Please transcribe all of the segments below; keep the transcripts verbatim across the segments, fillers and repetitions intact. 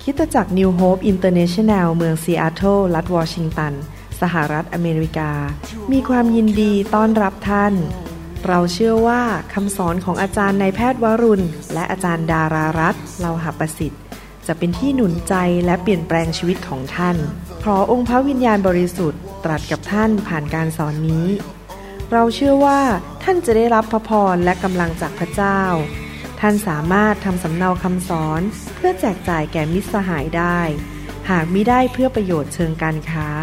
คริสตจักร New Hope International เมืองซีแอตเทิลรัฐวอชิงตันสหรัฐอเมริกามีความยินดีต้อนรับท่านเราเชื่อว่าคำสอนของอาจารย์นายแพทย์วรุณและอาจารย์ดารารัตน์เลาหประสิทธิ์จะเป็นที่หนุนใจและเปลี่ยนแปลงชีวิตของท่านขอองค์พระวิญญาณบริสุทธิ์ตรัสกับท่านผ่านการสอนนี้เราเชื่อว่าท่านจะได้รับพระพรและกำลังจากพระเจ้าท่านสามารถทำสำเนาคำสอนเพื่อแจกจ่ายแก่มิตรสหายได้หากมิได้เพื่อประโยชน์เชิงการค้า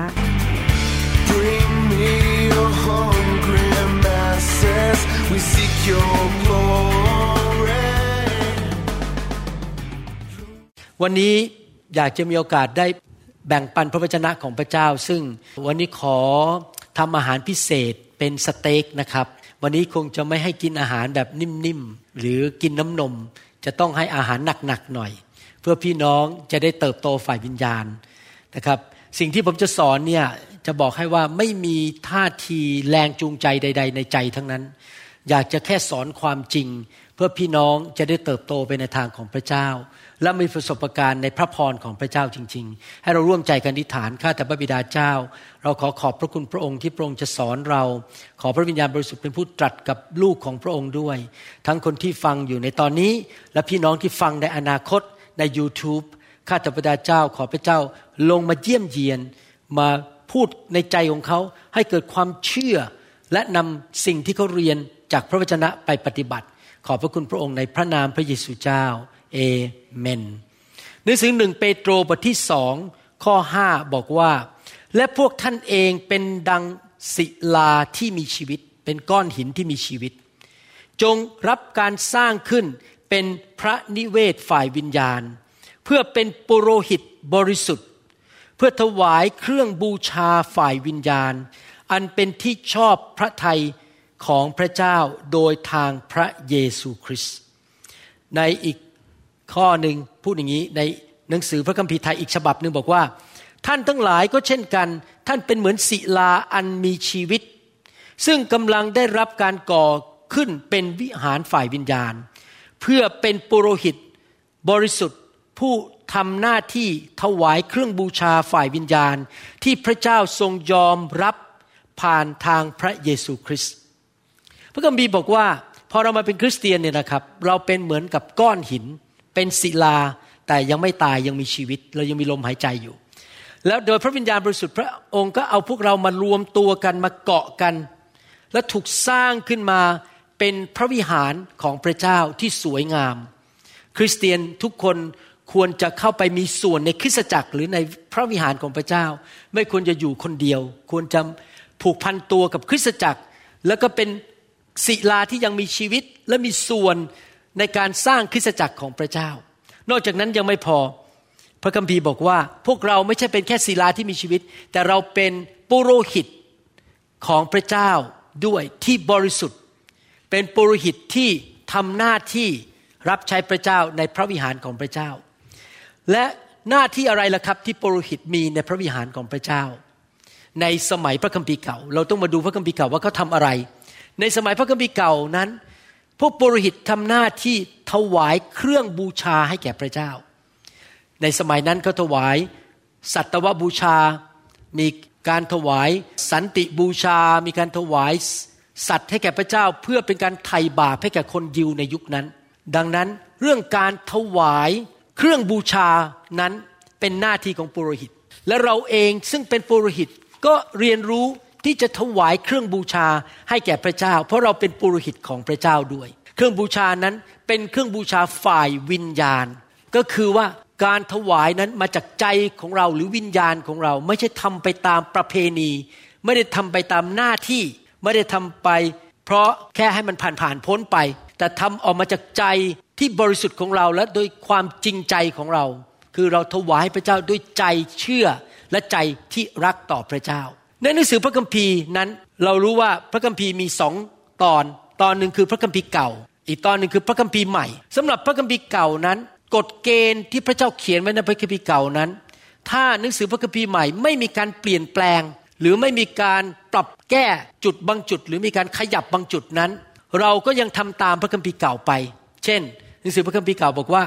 วันนี้อยากจะมีโอกาสได้แบ่งปันพระวจนะของพระเจ้าซึ่งวันนี้ขอทำอาหารพิเศษเป็นสเต็กนะครับวันนี้คงจะไม่ให้กินอาหารแบบนิ่มๆหรือกินน้ำนมจะต้องให้อาหารหนักๆหน่อยเพื่อพี่น้องจะได้เติบโตฝ่ายวิญญาณนะครับสิ่งที่ผมจะสอนเนี่ยจะบอกให้ว่าไม่มีท่าทีแรงจูงใจใดๆในใจทั้งนั้นอยากจะแค่สอนความจริงเพื่อพี่น้องจะได้เติบโตไปในทางของพระเจ้าและมีประสบการณ์ในพระพรของพระเจ้าจริงๆให้เราร่วมใจกันอธิษฐานข้าแต่พระบิดาเจ้าเราขอขอบพระคุณพระองค์ที่พระองค์จะสอนเราขอพระวิญญาณบริสุทธิ์เป็นผู้ตรัสกับลูกของพระองค์ด้วยทั้งคนที่ฟังอยู่ในตอนนี้และพี่น้องที่ฟังในอนาคตใน YouTube ข้าแต่พระบิดาเจ้าขอพระเจ้าลงมาเยี่ยมเยียนมาพูดในใจของเขาให้เกิดความเชื่อและนำสิ่งที่เขาเรียนจากพระวจนะไปปฏิบัติขอบพระคุณพระองค์ในพระนามพระเยซูเจ้าเอเมนหนังสือหนึ่งเปโตรบทที่สองข้อห้าบอกว่าและพวกท่านเองเป็นดังศิลาที่มีชีวิตเป็นก้อนหินที่มีชีวิตจงรับการสร้างขึ้นเป็นพระนิเวศฝ่ายวิญญาณเพื่อเป็นปุโรหิตบริสุทธิ์เพื่อถวายเครื่องบูชาฝ่ายวิญญาณอันเป็นที่ชอบพระทัยของพระเจ้าโดยทางพระเยซูคริสต์ในอีกข้อหนึ่งพูดอย่างนี้ในหนังสือพระคัมภีร์ไทยอีกฉบับหนึ่งบอกว่าท่านทั้งหลายก็เช่นกันท่านเป็นเหมือนศิลาอันมีชีวิตซึ่งกำลังได้รับการก่อขึ้นเป็นวิหารฝ่ายวิญญาณเพื่อเป็นปุโรหิตบริสุทธิ์ผู้ทำหน้าที่ถวายเครื่องบูชาฝ่ายวิญญาณที่พระเจ้าทรงยอมรับผ่านทางพระเยซูคริสต์พระคัมภีร์บอกว่าพอเรามาเป็นคริสเตียนเนี่ยนะครับเราเป็นเหมือนกับก้อนหินเป็นศิลาแต่ยังไม่ตายยังมีชีวิตเรายังมีลมหายใจอยู่แล้วโดยพระวิญญาณบริสุทธิ์พระองค์ก็เอาพวกเรามารวมตัวกันมาเกาะกันและถูกสร้างขึ้นมาเป็นพระวิหารของพระเจ้าที่สวยงามคริสเตียนทุกคนควรจะเข้าไปมีส่วนในคริสตจักรหรือในพระวิหารของพระเจ้าไม่ควรจะอยู่คนเดียวควรจะผูกพันตัวกับคริสตจักรแล้วก็เป็นศิลาที่ยังมีชีวิตและมีส่วนในการสร้างคริสตจักรของพระเจ้านอกจากนั้นยังไม่พอพระคัมภีร์บอกว่าพวกเราไม่ใช่เป็นแค่ศิลาที่มีชีวิตแต่เราเป็นปุโรหิตของพระเจ้าด้วยที่บริสุทธิ์เป็นปุโรหิตที่ทำหน้าที่รับใช้พระเจ้าในพระวิหารของพระเจ้าและหน้าที่อะไรล่ะครับที่ปุโรหิตมีในพระวิหารของพระเจ้าในสมัยพระคัมภีร์เก่าเราต้องมาดูพระคัมภีร์เก่าว่าเขาทำอะไรในสมัยพระคัมภีร์เก่านั้นพวกปุโรหิตทำหน้าที่ถวายเครื่องบูชาให้แก่พระเจ้าในสมัยนั้นเขาถวายสัตวบูชามีการถวายสันติบูชามีการถวายสัตว์ให้แก่พระเจ้าเพื่อเป็นการไถ่บาปให้แก่คนยิวในยุคนั้นดังนั้นเรื่องการถวายเครื่องบูชานั้นเป็นหน้าที่ของปุโรหิตและเราเองซึ่งเป็นปุโรหิตก็เรียนรู้ที่จะถวายเครื่องบูชาให้แก่พระเจ้าเพราะเราเป็นปุโรหิตของพระเจ้าด้วยเครื่องบูชานั้นเป็นเครื่องบูชาฝ่ายวิญญาณก็คือว่าการถวายนั้นมาจากใจของเราหรือวิญญาณของเราไม่ใช่ทำไปตามประเพณีไม่ได้ทำไปตามหน้าที่ไม่ได้ทำไปเพราะแค่ให้มันผ่านผ่านพ้นไปแต่ทำออกมาจากใจที่บริสุทธิ์ของเราและโดยความจริงใจของเราคือเราถวายให้พระเจ้าด้วยใจเชื่อและใจที่รักต่อพระเจ้าในหนังสือพระคัมภีร์นั้นเรารู้ว่าพระคัมภีร์มีสองตอนตอนหนึ่งคือพระคัมภีร์เก่าอีกตอนหนึ่งคือพระคัมภีร์ใหม่สำหรับพระคัมภีร์เก่านั้นกฎเกณฑ์ที่พระเจ้าเขียนไว้ในพระคัมภีร์เก่านั้นถ้าหนังสือพระคัมภีร์ใหม่ไม่มีการเปลี่ยนแปลงหรือไม่มีการปรับแก้จุดบางจุดหรือมีการขยับบางจุดนั้นเราก็ยังทำตามพระคัมภีร์เก่าไปเช่นหนังสือพระคัมภีร์เก่าบอกว่า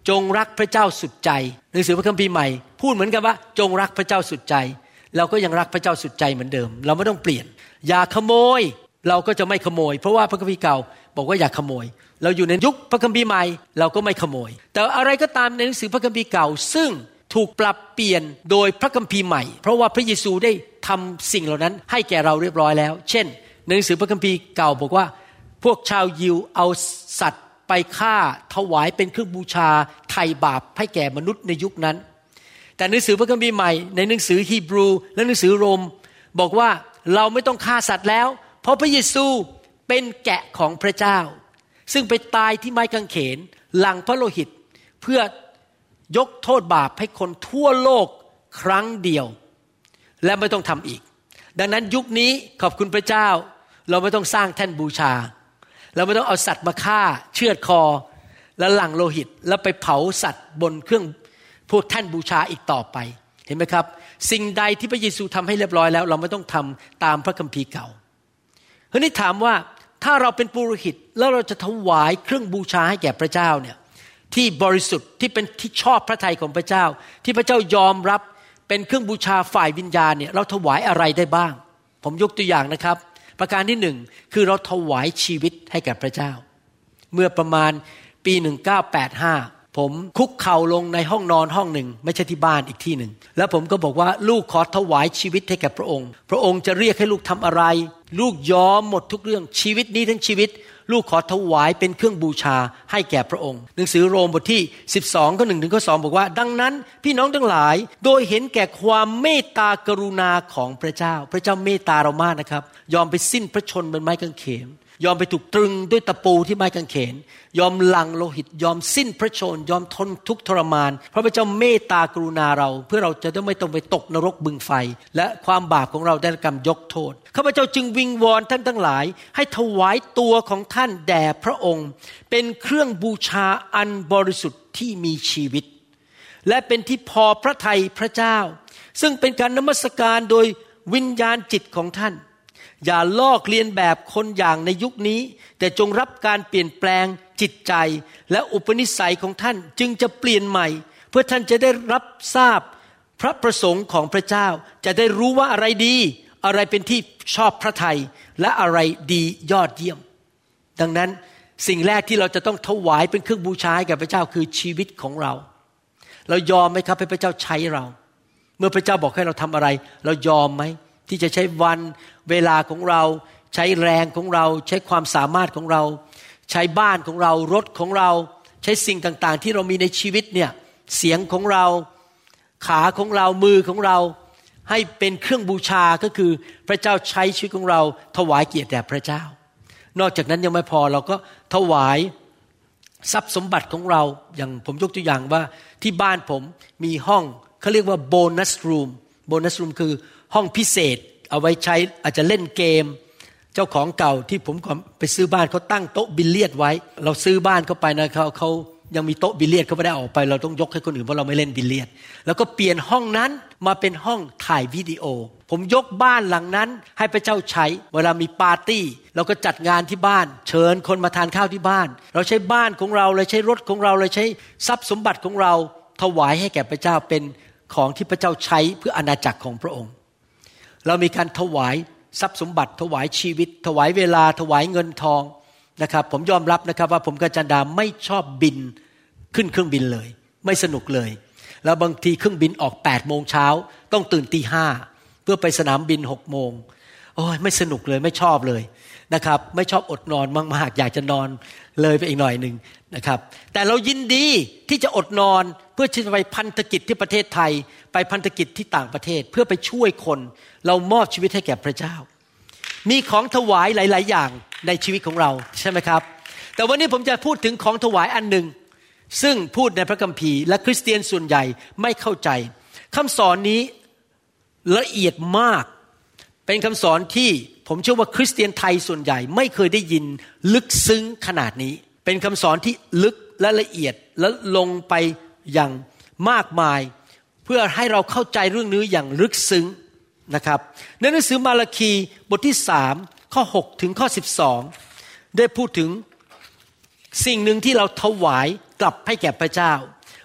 จงรักพระเจ้าสุดใจหนังสือพระคัมภีร์ใหม่พูดเหมือนกันว่าจงรักพระเจ้าสุดใจเราก็ยังรักพระเจ้าสุดใจเหมือนเดิมเราไม่ต้องเปลี่ยนอย่าขโมยเราก็จะไม่ขโมยเพราะว่าพระคัมภีร์เก่าบอกว่าอย่าขโมยเราอยู่ในยุคพระคัมภีร์ใหม่เราก็ไม่ขโมยแต่อะไรก็ตามในหนังสือพระคัมภีร์เก่าซึ่งถูกปรับเปลี่ยนโดยพระคัมภีร์ใหม่เพราะว่าพระเยซูได้ทำสิ่งเหล่านั้นให้แก่เราเรียบร้อยแล้วเช่นในหนังสือพระคัมภีร์เก่าบอกว่าพวกชาวยิวเอาสัตว์ไปฆ่าถวายเป็นเครื่องบูชาไถ่บาปให้แก่มนุษย์ในยุคนั้นแต่หนังสือพระคัมภีร์ใหม่ในหนังสือฮีบรูและหนังสือโรมบอกว่าเราไม่ต้องฆ่าสัตว์แล้วเพราะพระเยซูเป็นแกะของพระเจ้าซึ่งไปตายที่ไม้กางเขนหลั่งพระโลหิตเพื่อยกโทษบาปให้คนทั่วโลกครั้งเดียวและไม่ต้องทำอีกดังนั้นยุคนี้ขอบคุณพระเจ้าเราไม่ต้องสร้างแท่นบูชาเราไม่ต้องเอาสัตว์มาฆ่าเชือดคอแล้วหลั่งโลหิตแล้วไปเผาสัตว์บนเครื่องพวกแท่นบูชาอีกต่อไปเห็นไหมครับสิ่งใดที่พระเยซูทำให้เรียบร้อยแล้วเราไม่ต้องทำตามพระคัมภีร์เก่าคราวนี้ถามว่าถ้าเราเป็นปุโรหิตแล้วเราจะถวายเครื่องบูชาให้แก่พระเจ้าเนี่ยที่บริสุทธิ์ที่เป็นที่ชอบพระทัยของพระเจ้าที่พระเจ้ายอมรับเป็นเครื่องบูชาฝ่ายวิญญาณเนี่ยเราถวายอะไรได้บ้างผมยกตัวอย่างนะครับประการที่หนึ่งคือเราถวายชีวิตให้แก่พระเจ้าเมื่อประมาณปีหนึ่งเก้าแปดห้าผมคุกเข่าลงในห้องนอนห้องหนึ่งไม่ใช่ที่บ้านอีกที่หนึ่งแล้วผมก็บอกว่าลูกขอถวายชีวิตให้แก่พระองค์พระองค์จะเรียกให้ลูกทำอะไรลูกยอมหมดทุกเรื่องชีวิตนี้ทั้งชีวิตลูกขอถวายเป็นเครื่องบูชาให้แก่พระองค์หนังสือโรมบทที่สิบสองข้อหนึ่งถึงข้อสองบอกว่าดังนั้นพี่น้องทั้งหลายโดยเห็นแก่ความเมตตากรุณาของพระเจ้าพระเจ้าเมตตาเรามากนะครับยอมไปสิ้นพระชนม์บนไม้กางเขนยอมไปถูกตรึงด้วยตะปูที่ไม้กางเขนยอมหลั่งโลหิตยอมสิ้นพระชนม์ยอมทนทุกข์ทรมานเพราะพระเจ้าเมตตากรุณาเราเพื่อเราจะได้ไม่ต้องไปตกนรกบึงไฟและความบาปของเราได้รับการยกโทษข้าพเจ้าจึงวิงวอนท่านทั้งหลายให้ถวายตัวของท่านแด่พระองค์เป็นเครื่องบูชาอันบริสุทธิ์ที่มีชีวิตและเป็นที่พอพระทัยพระเจ้าซึ่งเป็นการนมัสการโดยวิญญาณจิตของท่านอย่าลอกเลียนแบบคนอย่างในยุคนี้แต่จงรับการเปลี่ยนแปลงจิตใจและอุปนิสัยของท่านจึงจะเปลี่ยนใหม่เพื่อท่านจะได้รับทราบพระประสงค์ของพระเจ้าจะได้รู้ว่าอะไรดีอะไรเป็นที่ชอบพระทัยและอะไรดียอดเยี่ยมดังนั้นสิ่งแรกที่เราจะต้องถวายเป็นเครื่องบูชาให้แก่พระเจ้าคือชีวิตของเราเรายอมไหมครับให้พระเจ้าใช้เราเมื่อพระเจ้าบอกให้เราทำอะไรเรายอมไหมที่จะใช้วันเวลาของเราใช้แรงของเราใช้ความสามารถของเราใช้บ้านของเรารถของเราใช้สิ่งต่างๆที่เรามีในชีวิตเนี่ยเสียงของเราขาของเรามือของเราให้เป็นเครื่องบูชาก็คือพระเจ้าใช้ชีวิตของเราถวายเกียรติแด่พระเจ้านอกจากนั้นยังไม่พอเราก็ถวายทรัพย์สมบัติของเราอย่างผมยกตัวอย่างว่าที่บ้านผมมีห้องเขาเรียกว่าโบนัสรูมโบนัสรูมคือห้องพิเศษเอาไว้ใช้อาจจะเล่นเกมเจ้าของเก่าที่ผมไปซื้อบ้านเขาตั้งโต๊ะบิลเลียดไว้เราซื้อบ้านเข้าไปนะเขาเขายังมีโต๊ะบิลเลียดเขาไม่ได้ออกไปเราต้องยกให้คนอื่นเพราะเราไม่เล่นบิลเลียดแล้วก็เปลี่ยนห้องนั้นมาเป็นห้องถ่ายวิดีโอผมยกบ้านหลังนั้นให้พระเจ้าใช้เวลามีปาร์ตี้เราก็จัดงานที่บ้านเชิญคนมาทานข้าวที่บ้านเราใช้บ้านของเราเลยใช้รถของเราเลยใช้ทรัพย์สมบัติของเราถวายให้แก่พระเจ้าเป็นของที่พระเจ้าใช้เพื่ออาณาจักรของพระองค์เรามีการถวายทรัพย์สมบัติถวายชีวิตถวายเวลาถวายเงินทองนะครับผมยอมรับนะครับว่าผมกับจันดาไม่ชอบบินขึ้นเครื่องบินเลยไม่สนุกเลยแล้วบางทีเครื่องบินออกแปดโมงเช้าต้องตื่นตีห้าเพื่อไปสนามบินหกโมงโอ้ยไม่สนุกเลยไม่ชอบเลยนะครับไม่ชอบอดนอนมากๆอยากจะนอนเลยไปอีกหน่อยนึงนะครับแต่เรายินดีที่จะอดนอนเพื่อที่จะไปพันธกิจที่ประเทศไทยไปพันธกิจที่ต่างประเทศเพื่อไปช่วยคนเรามอบชีวิตให้แก่พระเจ้ามีของถวายหลายๆอย่างในชีวิตของเราใช่ไหมครับแต่วันนี้ผมจะพูดถึงของถวายอันนึงซึ่งพูดในพระคัมภีร์และคริสเตียนส่วนใหญ่ไม่เข้าใจคำสอนนี้ละเอียดมากเป็นคำสอนที่ผมเชื่อว่าคริสเตียนไทยส่วนใหญ่ไม่เคยได้ยินลึกซึ้งขนาดนี้เป็นคำสอนที่ลึกและละเอียดและลงไปอย่างมากมายเพื่อให้เราเข้าใจเรื่องนี้อย่างลึกซึ้งนะครับในหนังสือมาราคีบทที่สามข้อหกถึงข้อสิบสองได้พูดถึงสิ่งหนึ่งที่เราถวายกลับให้แก่พระเจ้า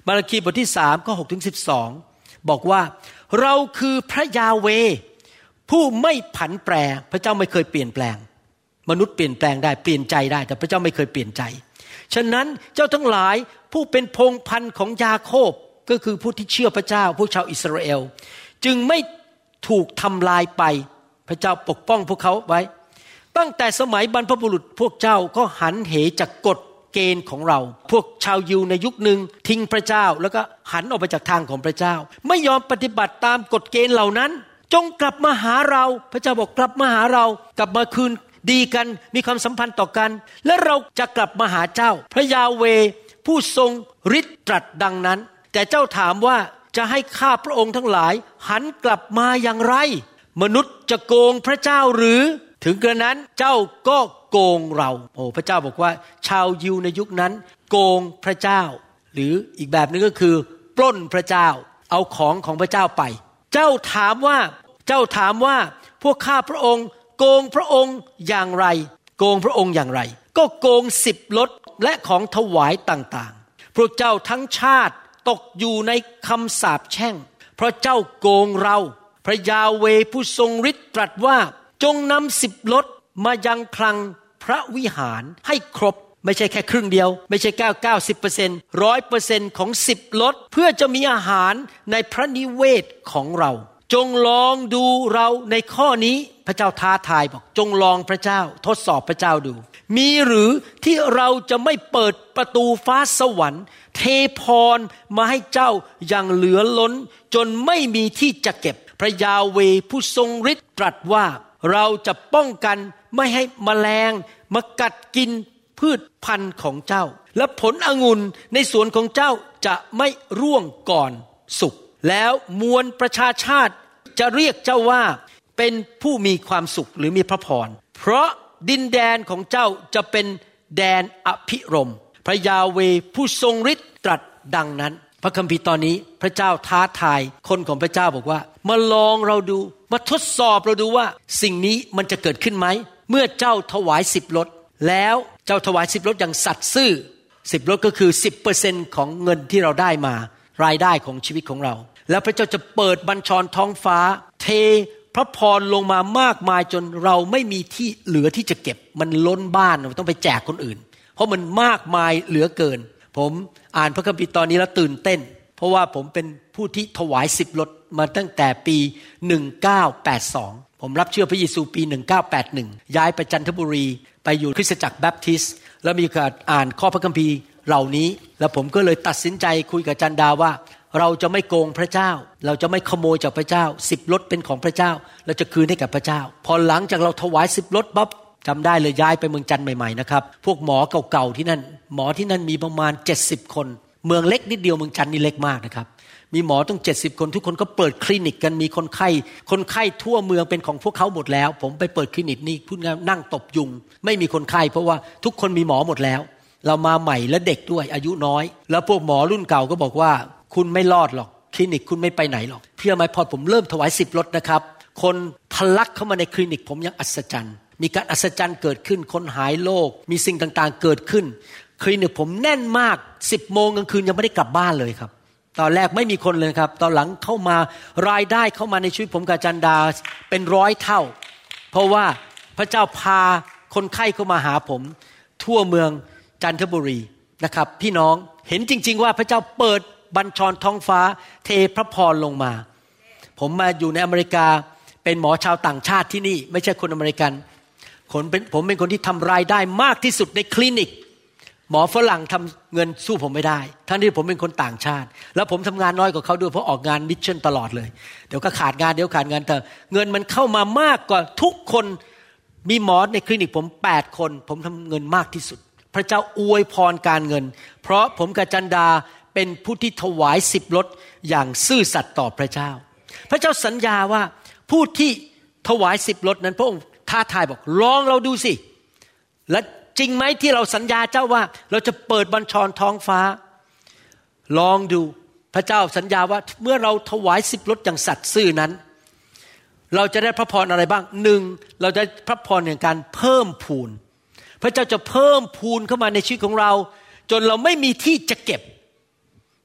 มาระคีบทที่สามข้อหกถึงสิบสองบอกว่าเราคือพระยาเวห์ผู้ไม่ผันแปรพระเจ้าไม่เคยเปลี่ยนแปลงมนุษย์เปลี่ยนแปลงได้เปลี่ยนใจได้แต่พระเจ้าไม่เคยเปลี่ยนใจฉะนั้นเจ้าทั้งหลายผู้เป็นพงศ์พันธุ์ของยาโคบก็คือผู้ที่เชื่อพระเจ้าผู้ชาวอิสราเอลจึงไม่ถูกทำลายไปพระเจ้าปกป้องพวกเขาไว้ตั้งแต่สมัยบรรพบุรุษพวกเจ้าก็หันเหจากกฎเกณฑ์ของเราพวกชาวยิวในยุคหนึ่งทิ้งพระเจ้าแล้วก็หันออกไปจากทางของพระเจ้าไม่ยอมปฏิบัติตามกฎเกณฑ์เหล่านั้นจงกลับมาหาเราพระเจ้าบอกกลับมาหาเรากลับมาคืนดีกันมีความสัมพันธ์ต่อกันและเราจะกลับมาหาเจ้าพระยาเวห์ผู้ทรงฤทธิ์ตรัสดังนั้นแต่เจ้าถามว่าจะให้ข้าพระองค์ทั้งหลายหันกลับมาอย่างไรมนุษย์จะโกงพระเจ้าหรือถึงกระนั้นเจ้าก็โกงเราโอ้พระเจ้าบอกว่าชาวยิวในยุคนั้นโกงพระเจ้าหรืออีกแบบนึงก็คือปล้นพระเจ้าเอาของของพระเจ้าไปเจ้าถามว่าเจ้าถามว่าพวกข้าพระองค์โกงพระองค์อย่างไรโกงพระองค์อย่างไรก็โกงสิบลดและของถวายต่างๆพวกเจ้าทั้งชาติตกอยู่ในคำสาปแช่งเพราะเจ้าโกงเราพระยาเวห์ผู้ทรงฤทธิ์ตรัสว่าจงนำสิบลดมายังคลังพระวิหารให้ครบไม่ใช่แค่ครึ่งเดียวไม่ใช่เก้า เก้าสิบเปอร์เซ็นต์ ร้อยเปอร์เซ็นต์ของสิบลดเพื่อจะมีอาหารในพระนิเวศของเราจงลองดูเราในข้อนี้พระเจ้าท้าทายบอกจงลองพระเจ้าทดสอบพระเจ้าดูมีหรือที่เราจะไม่เปิดประตูฟ้าสวรรค์เทพรมาให้เจ้าอย่างเหลือล้นจนไม่มีที่จะเก็บพระยาเวห์ผู้ทรงฤทธิ์ตรัสว่าเราจะป้องกันไม่ให้แมลงมากัดกินพืชพันธุ์ของเจ้าและผลองุ่นในสวนของเจ้าจะไม่ร่วงก่อนสุกแล้วมวลประชาชาติจะเรียกเจ้าว่าเป็นผู้มีความสุขหรือมีพระพรเพราะดินแดนของเจ้าจะเป็นแดนอภิรมย์พระยาเวห์ผู้ทรงฤทธิ์ตรัสดังนั้นพระคัมภีร์ตอนนี้พระเจ้าท้าทายคนของพระเจ้าบอกว่ามาลองเราดูมาทดสอบเราดูว่าสิ่งนี้มันจะเกิดขึ้นไหมเมื่อเจ้าถวายสิบลดแล้วเจ้าถวายสิบลดอย่างสัตย์ซื่อสิบลดก็คือ สิบเปอร์เซ็นต์ ของเงินที่เราได้มารายได้ของชีวิตของเราแล้วพระเจ้าจะเปิดบัญชรท้องฟ้าเทพระพรลงมามากมายจนเราไม่มีที่เหลือที่จะเก็บมันล้นบ้านเราต้องไปแจกคนอื่นเพราะมันมากมายเหลือเกินผมอ่านพระคัมภีร์ตอนนี้แล้วตื่นเต้นเพราะว่าผมเป็นผู้ที่ถวายสิบลดมาตั้งแต่ปีหนึ่งพันเก้าร้อยแปดสิบสองผมรับเชื่อพระเยซูปีหนึ่งพันเก้าร้อยแปดสิบเอ็ดย้ายไปจันทบุรีไปอยู่คริสตจักรแบปทิสต์แล้วมีโอกาสอ่านข้อพระคัมภีร์เหล่านี้แล้วผมก็เลยตัดสินใจคุยกับจันดาว่าเราจะไม่โกงพระเจ้าเราจะไม่ขโมยจากพระเจ้าสิบลดเป็นของพระเจ้าเราจะคืนให้กับพระเจ้าพอหลังจากเราถวายสิบลดปั๊บจำได้เลยย้ายไปเมืองจันทร์ใหม่ๆนะครับพวกหมอเก่าๆที่นั่นหมอที่นั่นมีประมาณเจ็ดสิบคนเมืองเล็กนิดเดียวเมืองจันทร์นี่เล็กมากนะครับมีหมอต้องเจ็ดสิบคนทุกคนก็เปิดคลินิกกันมีคนไข้คนไข้ทั่วเมืองเป็นของพวกเขาหมดแล้วผมไปเปิดคลินิกนี่พูดง่ายนั่งตบยุงไม่มีคนไข้เพราะว่าทุกคนมีหมอหมดแล้วเรามาใหม่และเด็กด้วยอายุน้อยแล้วพวกหมอรุ่นเก่าก็บอกว่าคุณไม่รอดหรอกคลินิกคุณไม่ไปไหนหรอกเพื่อไม่พอผมเริ่มถวายสิบลดนะครับคนทะลักเข้ามาในคลินิกผมยังอัศจรรย์มีการอัศจรรย์เกิดขึ้นคนหายโรคมีสิ่งต่างๆเกิดขึ้นคลินิกผมแน่นมากสิบโมงกลางคืนยังไม่ได้กลับบ้านเลยครับตอนแรกไม่มีคนเลยครับตอนหลังเข้ามารายได้เข้ามาในชีวิตผมกับจันดาเป็นร้อยเท่าเพราะว่าพระเจ้าพาคนไข้เข้ามาหาผมทั่วเมืองจันทบุรีนะครับพี่น้องเห็นจริงๆว่าพระเจ้าเปิดบัญชรท้องฟ้าเทพระพรลงมาผมมาอยู่ในอเมริกาเป็นหมอชาวต่างชาติที่นี่ไม่ใช่คนอเมริกันผมเป็นผมเป็นคนที่ทำรายได้มากที่สุดในคลินิกหมอฝรั่งทำเงินสู้ผมไม่ได้ทั้งที่ผมเป็นคนต่างชาติแล้วผมทำงานน้อยกว่าเขาด้วยเพราะออกงานมิชชั่นตลอดเลยเดี๋ยวก็ขาดงานเดี๋ยวขาดงานแต่เงินมันเข้ามามากกว่าทุกคนมีหมอในคลินิกผมแปดคนผมทำเงินมากที่สุดพระเจ้าอวยพรการเงินเพราะผมกับจันดาเป็นผู้ที่ถวายสิบลดอย่างซื่อสัตย์ต่อพระเจ้าพระเจ้าสัญญาว่าผู้ที่ถวายสิบลดนั้นพระองค์ท้าทายบอกลองเราดูสิและจริงไหมที่เราสัญญาเจ้าว่าเราจะเปิดบัญชรท้องฟ้าลองดูพระเจ้าสัญญาว่าเมื่อเราถวายสิบลดอย่างสัตย์ซื่อนั้นเราจะได้พระพรอะไรบ้างหนึ่งเราจะพระพรอย่างการเพิ่มพูนพระเจ้าจะเพิ่มพูนเข้ามาในชีวิตของเราจนเราไม่มีที่จะเก็บ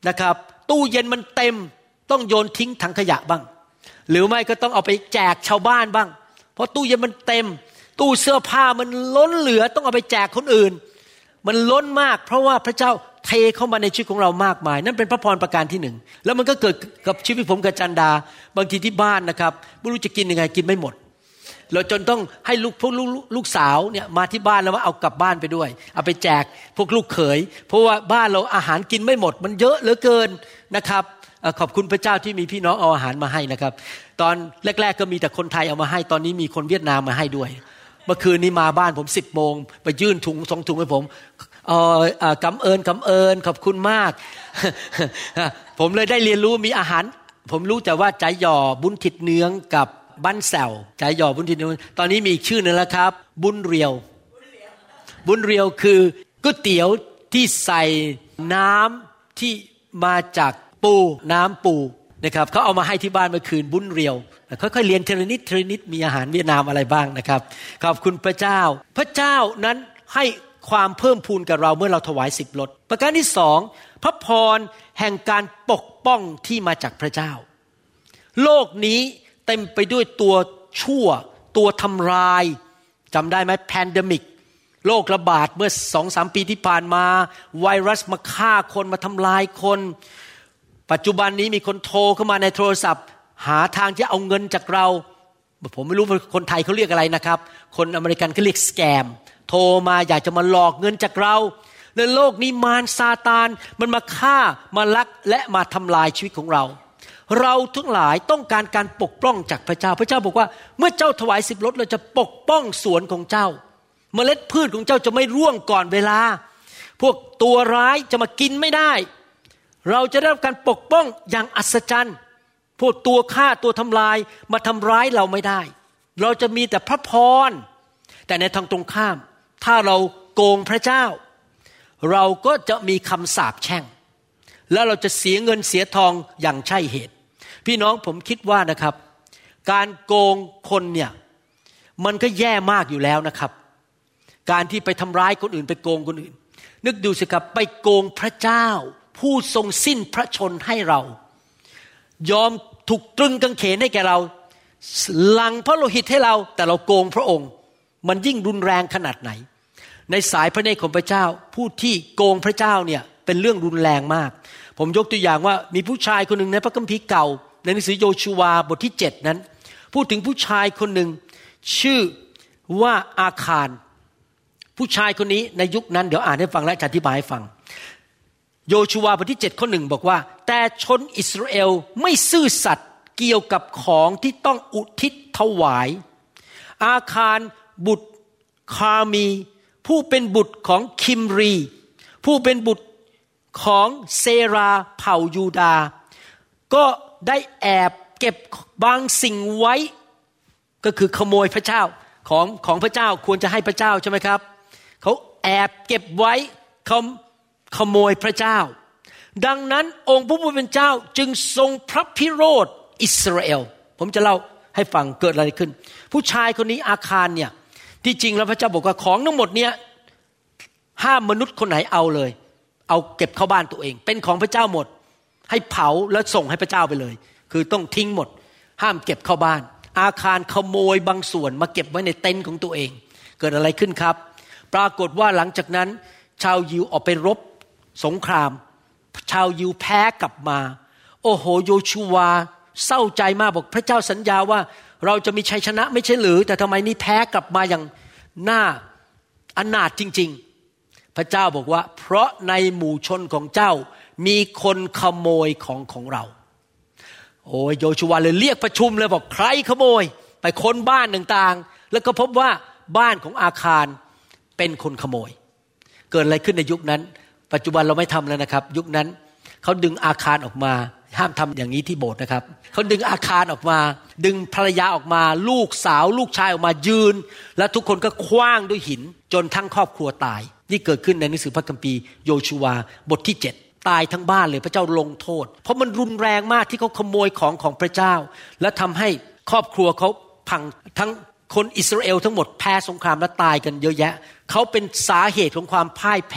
นะครับตู้เย็นมันเต็มต้องโยนทิ้งถังขยะบ้างหรือไม่ก็ต้องเอาไปแจกชาวบ้านบ้างเพราะตู้เย็นมันเต็มตู้เสื้อผ้ามันล้นเหลือต้องเอาไปแจกคนอื่นมันล้นมากเพราะว่าพระเจ้าเทเข้ามาในชีวิตของเรามากมายนั่นเป็นพระพรประการที่หนึ่งแล้วมันก็เกิดกับชีวิตผมกับจันดาบางทีที่บ้านนะครับไม่รู้จะกินยังไงกินไม่หมดเราจนต้องให้ลูกพวกลูกลูกสาวเนี่ยมาที่บ้านแล้วว่าเอากลับบ้านไปด้วยเอาไปแจกพวกลูกเขยเพราะว่าบ้านเราอาหารกินไม่หมดมันเยอะเหลือเกินนะครับขอบคุณพระเจ้าที่มีพี่น้องเอาอาหารมาให้นะครับตอนแรกๆก็มีแต่คนไทยเอามาให้ตอนนี้มีคนเวียดนามมาให้ด้วยเมื่อคืนนี้มาบ้านผมสิบโมงไปยื่นถุงสองถุงให้ผมเอ่อกำเอิญกำเอิญขอบคุณมาก ผมเลยได้เรียนรู้มีอาหารผมรู้แต่ว่าใจหย่อบุญถิดเนื้องกับบ้านแซวใจหย่อบุญถิดเนื้องตอนนี้มีอีกชื่อนึงแล้วครับบุญเรียวบุญเรียวคือก๋วยเตี๋ยวที่ใส่น้ำที่มาจากปูน้ำปูนะครับเขาเอามาให้ที่บ้านเมื่อคืนบุญเรียวค่อยๆเรียนเทเลนิดเทเลนิดมีอาหารเวียดนามอะไรบ้างนะครับขอบคุณพระเจ้าพระเจ้านั้นให้ความเพิ่มพูนกับเราเมื่อเราถวายสิบลดประการที่สองพระพรแห่งการปกป้องที่มาจากพระเจ้าโลกนี้เต็มไปด้วยตัวชั่วตัวทำลายจำได้ไหมแพนเดมิกโรคระบาดเมื่อ สองถึงสาม ปีที่ผ่านมาไวรัสมาฆ่าคนมาทำลายคนปัจจุบันนี้มีคนโทรเข้ามาในโทรศัพท์หาทางที่เอาเงินจากเราผมไม่รู้ว่าคนไทยเขาเรียกอะไรนะครับคนอเมริกันเขาเรียกสแกมโทรมาอยากจะมาหลอกเงินจากเราในโลกนี้มารซาตานมันมาฆ่ามาลักและมาทำลายชีวิตของเราเราทั้งหลายต้องการการปกป้องจากพระเจ้าพระเจ้าบอกว่าเมื่อเจ้าถวายสิบลดเราจะปกป้องสวนของเจ้าเมล็ดพืชของเจ้าจะไม่ร่วงก่อนเวลาพวกตัวร้ายจะมากินไม่ได้เราจะได้รับการปกป้องอย่างอัศจรรย์พวกตัวฆ่าตัวทำลายมาทำร้ายเราไม่ได้เราจะมีแต่พระพรแต่ในทางตรงข้ามถ้าเราโกงพระเจ้าเราก็จะมีคำสาปแช่งแล้วเราจะเสียเงินเสียทองอย่างใช่เหตุพี่น้องผมคิดว่านะครับการโกงคนเนี่ยมันก็แย่มากอยู่แล้วนะครับการที่ไปทำร้ายคนอื่นไปโกงคนอื่นนึกดูสิครับไปโกงพระเจ้าผู้ทรงสิ้นพระชนให้เรายอมถูกตรึงกางเขนให้แก่เราหลั่งพระโลหิตให้เราแต่เราโกงพระองค์มันยิ่งรุนแรงขนาดไหนในสายพระเนตรของพระเจ้าผู้ที่โกงพระเจ้าเนี่ยเป็นเรื่องรุนแรงมากผมยกตัวอย่างว่ามีผู้ชายคนหนึ่งในพระคัมภีร์เก่าในหนังสือโยชูวาบทที่เจ็ดนั้นพูดถึงผู้ชายคนหนึ่งชื่อว่าอาคารผู้ชายคนนี้ในยุคนั้นเดี๋ยวอ่านให้ฟังและอธิบายให้ฟังโยชูวาบทที่เจ็ดข้อหนึ่งบอกว่าแต่ชนอิสราเอลไม่ซื่อสัตย์เกี่ยวกับของที่ต้องอุทิศถวายอาคารบุตรคามีผู้เป็นบุตรของคิมรีผู้เป็นบุตรของเซราเผ่ายูดาก็ได้แอบเก็บบางสิ่งไว้ก็คือขโมยพระเจ้าของของพระเจ้าควรจะให้พระเจ้าใช่ไหมครับเขาแอบเก็บไว้เขาขโมยพระเจ้าดังนั้นองค์พระผู้เป็นเจ้าจึงทรงพระพิโรธอิสราเอลผมจะเล่าให้ฟังเกิดอะไรขึ้นผู้ชายคนนี้อาคารเนี่ยที่จริงแล้วพระเจ้าบอกว่าของทั้งหมดเนี่ยห้ามมนุษย์คนไหนเอาเลยเอาเก็บเข้าบ้านตัวเองเป็นของพระเจ้าหมดให้เผาแล้วส่งให้พระเจ้าไปเลยคือต้องทิ้งหมดห้ามเก็บเข้าบ้านอาคารขโมยบางส่วนมาเก็บไว้ในเต็นท์ของตัวเองเกิดอะไรขึ้นครับปรากฏว่าหลังจากนั้นชาวยิวออกไปรบสงครามชาวยิวแพ้กลับมาโอ้โหโยชูวาเศร้าใจมากบอกพระเจ้าสัญญาว่าเราจะมีชัยชนะไม่ใช่หรือแต่ทำไมนี่แพ้กลับมาอย่างน่าอนาถจริงๆพระเจ้าบอกว่าเพราะในหมู่ชนของเจ้ามีคนขโมยของของเราโอ้ยโยชูวาเลยเรียกประชุมเลยบอกใครขโมยไปค้นบ้านต่างๆแล้วก็พบว่าบ้านของอาคารเป็นคนขโมยเกิดอะไรขึ้นในยุคนั้นปัจจุบันเราไม่ทำแล้วนะครับยุคนั้นเขาดึงอาคารออกมาห้ามทำอย่างนี้ที่โบสถ์นะครับเขาดึงอาคารออกมาดึงภรรยาออกมาลูกสาวลูกชายออกมายืนแล้วทุกคนก็คว้างด้วยหินจนทั้งครอบครัวตายนี่เกิดขึ้นในหนังสือพระคัมภีร์โยชูวาบทที่เจ็ดตายทั้งบ้านเลยพระเจ้าลงโทษเพราะมันรุนแรงมากที่เขาขโมยของของพระเจ้าและทำให้ครอบครัวเขาพังทั้งคนอิสราเอลทั้งหมดแพ้สงครามและตายกันเยอะแยะเขาเป็นสาเหตุของความพ่ายแพ้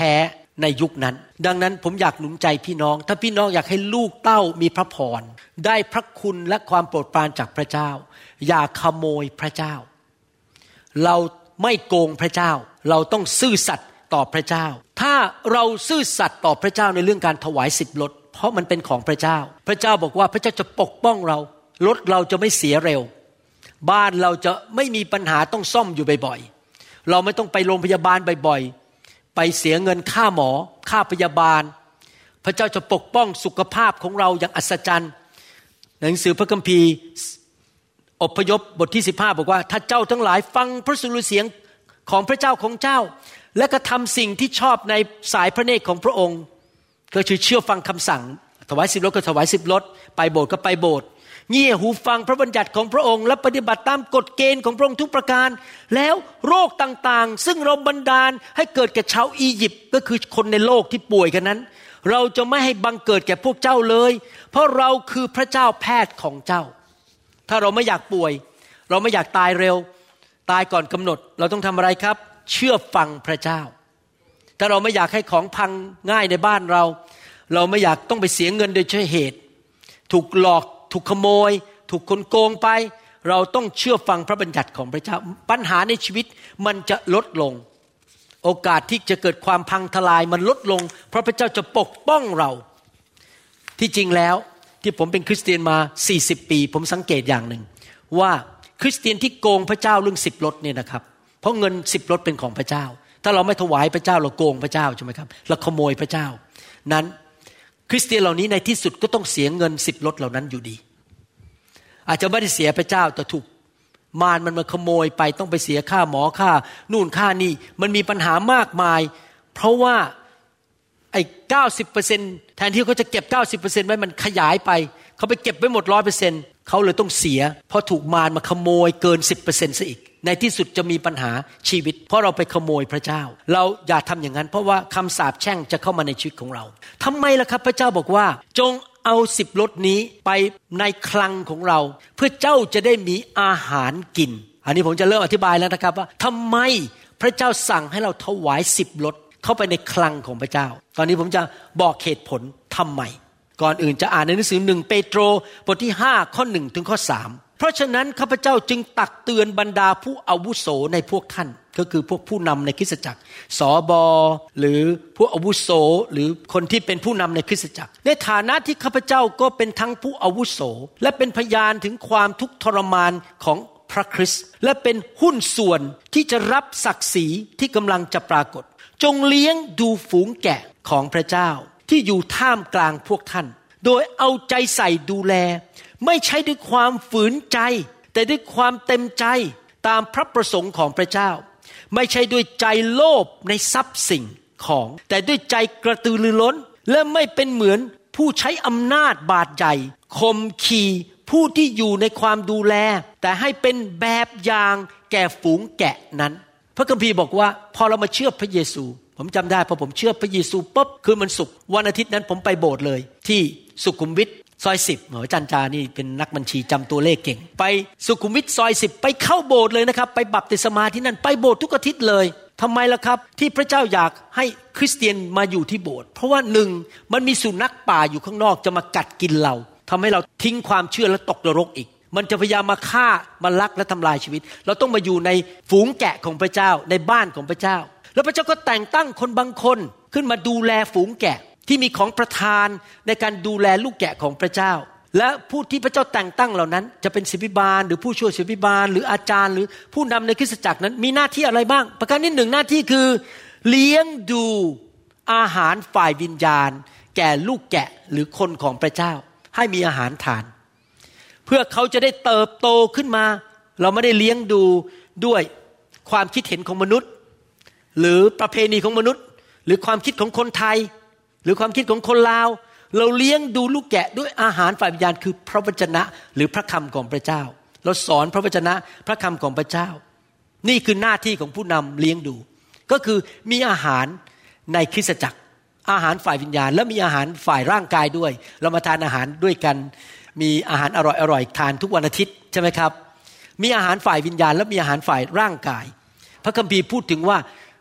ในยุคนั้นดังนั้นผมอยากหนุนใจพี่น้องถ้าพี่น้องอยากให้ลูกเต้ามีพระพรได้พระคุณและความโปรดปรานจากพระเจ้าอย่าขโมยพระเจ้าเราไม่โกงพระเจ้าเราต้องซื่อสัตย์ต่อพระเจ้าถ้าเราซื่อสัตย์ต่อพระเจ้าในเรื่องการถวายสิบรถเพราะมันเป็นของพระเจ้าพระเจ้าบอกว่าพระเจ้าจะปกป้องเรารถเราจะไม่เสียเร็วบ้านเราจะไม่มีปัญหาต้องซ่อมอยู่บ่อยๆเราไม่ต้องไปโรงพยาบาลบ่อยๆไปเสียเงินค่าหมอค่าพยาบาลพระเจ้าจะปกป้องสุขภาพของเราอย่างอัศจรรย์หนังสือพระคัมภีร์อพยพบทที่สิบห้าบอกว่าถ้าเจ้าทั้งหลายฟังพระสุรเสียงของพระเจ้าของเจ้าและก็ทำสิ่งที่ชอบในสายพระเนตรของพระองค์ก็คือเชื่อฟังคำสั่งถวายสิบรถก็ถวายสิบรถไปโบสถ์ก็ไปโบสถ์เงี่ยหูฟังพระบัญญัติของพระองค์และปฏิบัติตามกฎเกณฑ์ของพระองค์ทุกประการแล้วโรคต่างๆซึ่งเราบันดาลให้เกิดแก่ชาวอียิปต์ก็คือคนในโลกที่ป่วยกันนั้นเราจะไม่ให้บังเกิดแก่พวกเจ้าเลยเพราะเราคือพระเจ้าแพทย์ของเจ้าถ้าเราไม่อยากป่วยเราไม่อยากตายเร็วตายก่อนกำหนดเราต้องทำอะไรครับเชื่อฟังพระเจ้าถ้าเราไม่อยากให้ของพังง่ายในบ้านเราเราไม่อยากต้องไปเสียเงินโดยใช่เหตุถูกหลอกถูกขโมยถูกคนโกงไปเราต้องเชื่อฟังพระบัญญัติของพระเจ้าปัญหาในชีวิตมันจะลดลงโอกาสที่จะเกิดความพังทลายมันลดลงเพราะพระเจ้าจะปกป้องเราที่จริงแล้วที่ผมเป็นคริสเตียนมาสี่สิบปีผมสังเกตอย่างหนึ่งว่าคริสเตียนที่โกงพระเจ้าเรื่องสิบรถเนี่ยนะครับเพราะเงินสิบรถเป็นของพระเจ้าถ้าเราไม่ถวายพระเจ้าเราโกงพระเจ้าใช่ไหมครับเราขโมยพระเจ้านั้นคริสเตียนเหล่านี้ในที่สุดก็ต้องเสียเงินสิบรถเหล่านั้นอยู่ดีอาจจะไม่ได้เสียพระเจ้าแต่ถูกมารมันมาขโมยไปต้องไปเสียค่าหมอค่านู่นค่านี่มันมีปัญหามากมายเพราะว่าไอ้เก้าสิบเปอร์เซ็นต์แทนที่เขาจะเก็บ เก้าสิบเปอร์เซ็นต์ ไว้มันขยายไปเขาไปเก็บไว้หมด ร้อยเปอร์เซ็นต์ เขาเลยต้องเสียเพราะถูกมารมาขโมยเกิน สิบเปอร์เซ็นต์ ซะอีกในที่สุดจะมีปัญหาชีวิตเพราะเราไปขโมยพระเจ้าเราอย่าทำอย่างนั้นเพราะว่าคำสาปแช่งจะเข้ามาในชีวิตของเราทำไมล่ะครับพระเจ้าบอกว่าจงเอาสิบรถนี้ไปในคลังของเราเพื่อเจ้าจะได้มีอาหารกินอันนี้ผมจะเริ่มอธิบายแล้วนะครับว่าทำไมพระเจ้าสั่งให้เราถวายสิบรถเข้าไปในคลังของพระเจ้าตอนนี้ผมจะบอกเหตุผลทำไมก่อนอื่นจะอ่านในหนังสือหนึ่งเปโตรบทที่ห้าข้อหนึ่งถึงข้อสามเพราะฉะนั้นข้าพเจ้าจึงตักเตือนบรรดาผู้อาวุโสในพวกท่านก็คือพวกผู้นำในคริสตจักรสบหรือผู้อาวุโสหรือคนที่เป็นผู้นำในคริสตจักรในฐานะที่ข้าพเจ้าก็เป็นทั้งผู้อาวุโสและเป็นพยานถึงความทุกข์ทรมานของพระคริสต์และเป็นหุ้นส่วนที่จะรับศักดิ์ศรีที่กำลังจะปรากฏจงเลี้ยงดูฝูงแกะของพระเจ้าที่อยู่ท่ามกลางพวกท่านโดยเอาใจใส่ดูแลไม่ใช่ด้วยความฝืนใจแต่ด้วยความเต็มใจตามพระประสงค์ของพระเจ้าไม่ใช่ด้วยใจโลภในทรัพย์สิ่งของแต่ด้วยใจกระตือรือร้นและไม่เป็นเหมือนผู้ใช้อำนาจบาดใหญ่ข่มขีผู้ที่อยู่ในความดูแลแต่ให้เป็นแบบอย่างแก่ฝูงแกะนั้นพระคัมภีร์บอกว่าพอเรามาเชื่อพระเยซูผมจำได้พอผมเชื่อพระเยซูปุ๊บคืนวันศุกร์วันอาทิตย์นั้นผมไปโบสถ์เลยที่สุขุมวิทซอยสิบหมอจันจานี่เป็นนักบัญชีจำตัวเลขเก่งไปสุขุมวิทซอยสิบไปเข้าโบสถ์เลยนะครับไปบัพติศมาที่นั่นไปโบสถ์ทุกอาทิตย์เลยทำไมล่ะครับที่พระเจ้าอยากให้คริสเตียนมาอยู่ที่โบสถ์เพราะว่าหนึ่งมันมีสุนัขป่าอยู่ข้างนอกจะมากัดกินเราทำให้เราทิ้งความเชื่อและตกนรกอีกมันจะพยายามมาฆ่ามาลักและทำลายชีวิตเราต้องมาอยู่ในฝูงแกะของพระเจ้าในบ้านของพระเจ้าแล้วพระเจ้าก็แต่งตั้งคนบางคนขึ้นมาดูแลฝูงแกะที่มีของประทานในการดูแลลูกแกะของพระเจ้าและผู้ที่พระเจ้าแต่งตั้งเหล่านั้นจะเป็นศิษย์บาลหรือผู้ช่วยศิษย์บาลหรืออาจารย์หรือผู้นำในคริสตจักรนั้นมีหน้าที่อะไรบ้างประการที่หนึ่งหน้าที่คือเลี้ยงดูอาหารฝ่ายวิญญาณแก่ลูกแกะหรือคนของพระเจ้าให้มีอาหารทานเพื่อเขาจะได้เติบโตขึ้นมาเราไม่ได้เลี้ยงดูด้วยความคิดเห็นของมนุษย์หรือประเพณีของมนุษย์หรือความคิดของคนไทยหรือความคิดของคนลาวเราเลี้ยงดูลูกแกะด้วยอาหารฝ่ายวิญญาณคือพระวจนะหรือพระคำของพระเจ้าเราสอนพระวจนะพระคำของพระเจ้านี่คือหน้าที่ของผู้นำเลี้ยงดูก็คือมีอาหารในคริสตจักรอาหารฝ่ายวิญญาณและมีอาหารฝ่ายร่างกายด้วยเรามาทานอาหารด้วยกันมีอาหารอร่อยๆทานทุกวันอาทิตย์ใช่ไหมครับมีอาหารฝ่ายวิญญาณและมีอาหารฝ่ายร่างกายพระคัมภีร์พูดถึงว่า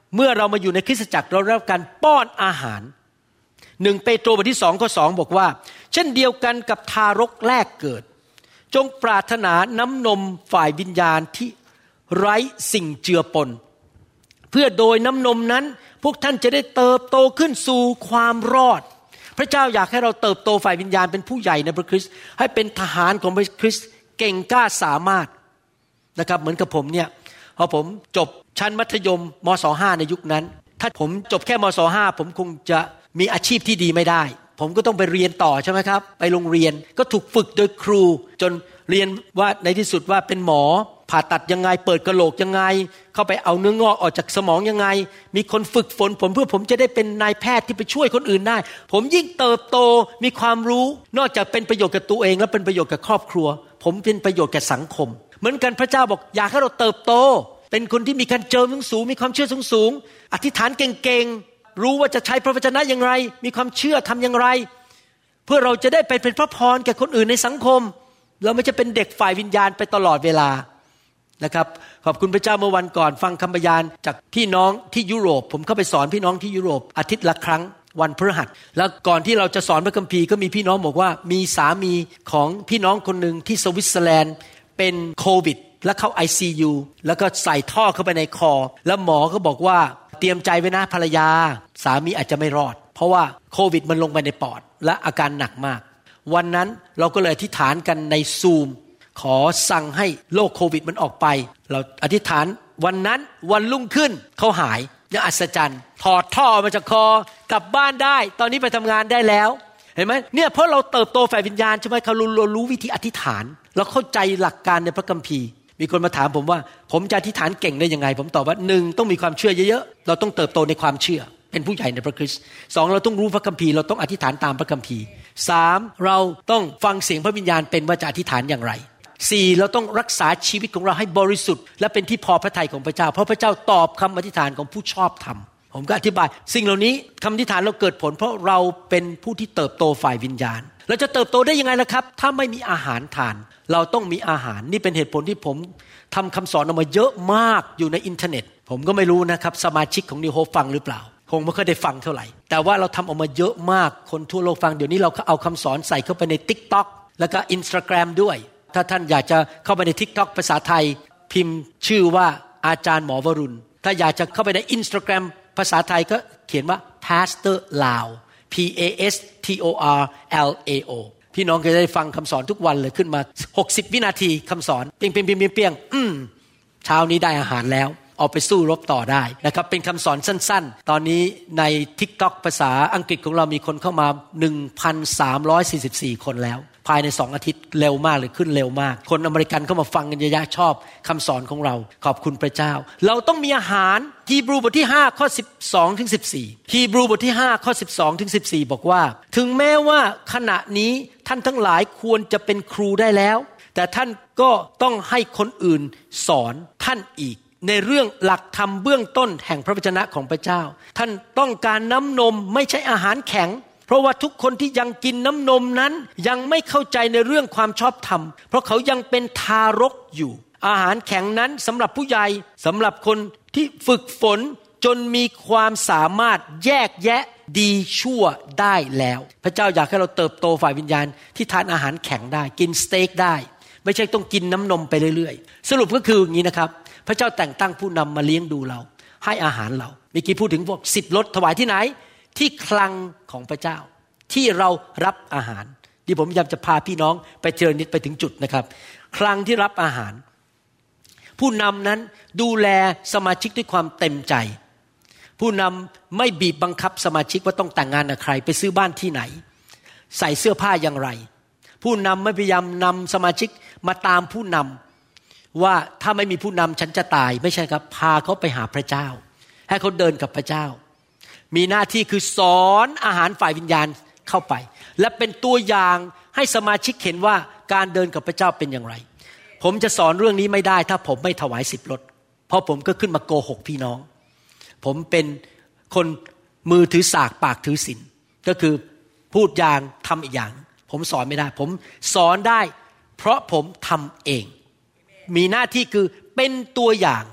เมื่อเรามาอยู่ในคริสตจักรเราได้รับการป้อนอาหารหนึ่งเปโตรบทที่สองข้อสองบอกว่าเช่นเดียวกันกับทารกแรกเกิดจงปรารถนาน้ำนมฝ่ายวิญญาณที่ไร้สิ่งเจือปนเพื่อโดยน้ำนมนั้นพวกท่านจะได้เติบโตขึ้นสู่ความรอดพระเจ้าอยากให้เราเติบโตฝ่ายวิญญาณเป็นผู้ใหญ่ในพระคริสต์ให้เป็นทหารของพระคริสต์เก่งกล้าสามารถนะครับเหมือนกับผมเนี่ยพอผมจบชั้นมัธยมมศห้าในยุคนั้นถ้าผมจบแค่มศห้าผมคงจะมีอาชีพที่ดีไม่ได้ผมก็ต้องไปเรียนต่อใช่ไหมครับไปโรงเรียนก็ถูกฝึกโดยครูจนเรียนว่าในที่สุดว่าเป็นหมอผ่าตัดยังไงเปิดกะโหลกยังไงเข้าไปเอาเนื้องอกออกจากสมองยังไงมีคนฝึกฝนผมเพื่อผมจะได้เป็นนายแพทย์ที่ไปช่วยคนอื่นได้ผมยิ่งเติบโตมีความรู้นอกจากเป็นประโยชน์กับตัวเองแล้วเป็นประโยชน์กับครอบครัวผมเป็นประโยชน์แก่สังคมเหมือนกันพระเจ้าบอกอยากให้เราเติบโตเป็นคนที่มีการเจิมสูงๆมีความเชื่อสูงๆอธิษฐานเก่งๆรู้ว่าจะใช้พระวจนะอย่างไรมีความเชื่อทำอย่างไรเพื่อเราจะได้ไปเป็นพระพรแก่คนอื่นในสังคมเราไม่จะเป็นเด็กฝ่ายวิญญาณไปตลอดเวลานะครับขอบคุณพระเจ้าเมื่อวันก่อนฟังคำพยานจากพี่น้องที่ยุโรปผมเข้าไปสอนพี่น้องที่ยุโรปอาทิตย์ละครั้งวันพฤหัสแล้วก่อนที่เราจะสอนพระคัมภีร์ก็มีพี่น้องบอกว่ามีสามีของพี่น้องคนหนึ่งที่สวิตเซอร์แลนด์เป็นโควิดแล้วเข้า ไอ ซี ยู แล้วก็ใส่ท่อเข้าไปในคอแล้วหมอก็บอกว่าเตรียมใจไว้นะภรรยาสามีอาจจะไม่รอดเพราะว่าโควิดมันลงไปในปอดและอาการหนักมากวันนั้นเราก็เลยอธิษฐานกันในซูมขอสั่งให้โรคโควิดมันออกไปเราอธิษฐานวันนั้นวันรุ่งขึ้นเขาหายอย่างอัศจรรย์ถอดท่อมาจากคอกลับบ้านได้ตอนนี้ไปทำงานได้แล้วเห็นไหมเนี่ยเพราะเราเติบโตฝ่ายวิญญาณใช่ไหมเขารู้รู้วิธีอธิษฐานเราเข้าใจหลักการในพระคัมภีร์มีคนมาถามผมว่าผมจะอธิษฐานเก่งได้ยังไงผมตอบว่าหนึ่งต้องมีความเชื่อเยอะๆเราต้องเติบโตในความเชื่อเป็นผู้ใหญ่ในพระคริสต์สองเราต้องรู้พระคัมภีร์เราต้องอธิษฐานตามพระคัมภีร์สามเราต้องฟังเสียงพระวิญญาณเป็นว่าจะอธิษฐานอย่างไรสี่เราต้องรักษาชีวิตของเราให้บริสุทธิ์และเป็นที่พอพระทัยของพระเจ้าเพราะพระเจ้าตอบคำอธิษฐานของผู้ชอบธรรมผมก็อธิบายสิ่งเหล่านี้คำอธิษฐานเราเกิดผลเพราะเราเป็นผู้ที่เติบโตฝ่ายวิญญาณเราจะเติบโตได้ยังไงล่ะครับถ้าไม่มีอาหารทานเราต้องมีอาหารนี่เป็นเหตุผลที่ผมทำคำสอนออกมาเยอะมากอยู่ในอินเทอร์เน็ตผมก็ไม่รู้นะครับสมาชิกของนิวโฮปฟังหรือเปล่าคงไม่เคยได้ฟังเท่าไหร่แต่ว่าเราทำออกมาเยอะมากคนทั่วโลกฟังเดี๋ยวนี้เราเอาคำสอนใส่เข้าไปใน TikTok แล้วก็ Instagram ด้วยถ้าท่านอยากจะเข้าไปใน TikTok ภาษาไทยพิมพ์ชื่อว่าอาจารย์หมอวรุณถ้าอยากจะเข้าไปใน Instagram ภาษาไทยก็เขียนว่า Pastor Lao P A S T O R L A O พี่น้องก็จะได้ฟังคำสอนทุกวันเลยขึ้นมาหกสิบวินาทีคำสอนเปียงเปียงเปียงเปียงอืมเช้านี้ได้อาหารแล้วเอาไปสู้รบต่อได้นะครับเป็นคำสอนสั้นๆตอนนี้ใน TikTok ภาษาอังกฤษของเรามีคนเข้ามา หนึ่งพันสามร้อยสี่สิบสี่ คนแล้วภายในสองอาทิตย์เร็วมากเลยขึ้นเร็วมากคนอเมริกันเข้ามาฟังกันเยอะๆชอบคำสอนของเราขอบคุณพระเจ้าเราต้องมีอาหารฮีบรูบทที่ห้าข้อสิบสองถึงสิบสี่ฮีบรูบทที่ห้าข้อสิบสองถึงสิบสี่บอกว่าถึงแม้ว่าขณะนี้ท่านทั้งหลายควรจะเป็นครูได้แล้วแต่ท่านก็ต้องให้คนอื่นสอนท่านอีกในเรื่องหลักธรรมเบื้องต้นแห่งพระวจนะของพระเจ้าท่านต้องการน้ำนมไม่ใช่อาหารแข็งเพราะว่าทุกคนที่ยังกินน้ำนมนั้นยังไม่เข้าใจในเรื่องความชอบธรรมเพราะเขายังเป็นทารกอยู่อาหารแข็งนั้นสำหรับผู้ใหญ่สำหรับคนที่ฝึกฝนจนมีความสามารถแยกแยะดีชั่วได้แล้วพระเจ้าอยากให้เราเติบโตฝ่ายวิญญาณที่ทานอาหารแข็งได้กินสเต็กได้ไม่ใช่ต้องกินน้ำนมไปเรื่อยๆสรุปก็คืออย่างนี้นะครับพระเจ้าแต่งตั้งผู้นำมาเลี้ยงดูเราให้อาหารเราเมื่อกี้พูดถึงพวกสิบรสถวายที่ไหนที่คลังของพระเจ้าที่เรารับอาหารที่ผมพยายามจะพาพี่น้องไปเจอนิดไปถึงจุดนะครับคลังที่รับอาหารผู้นำนั้นดูแลสมาชิกด้วยความเต็มใจผู้นำไม่บีบบังคับสมาชิกว่าต้องแต่งงานกับใครไปซื้อบ้านที่ไหนใส่เสื้อผ้าอย่างไรผู้นำไม่พยายามนำสมาชิกมาตามผู้นำว่าถ้าไม่มีผู้นำฉันจะตายไม่ใช่ครับพาเขาไปหาพระเจ้าให้เขาเดินกับพระเจ้ามีหน้าที่คือสอนอาหารฝ่ายวิญญาณเข้าไปและเป็นตัวอย่างให้สมาชิกเห็นว่าการเดินกับพระเจ้าเป็นอย่างไรผมจะสอนเรื่องนี้ไม่ได้ถ้าผมไม่ถวายสิบรถเพราะผมก็ขึ้นมาโกหกพี่น้องผมเป็นคนมือถือสากปากถือศีลก็คือพูดอย่างทำอีกอย่างผมสอนไม่ได้ผมสอนได้เพราะผมทำเองมีหน้าที่คือเป็นตัวอย่าง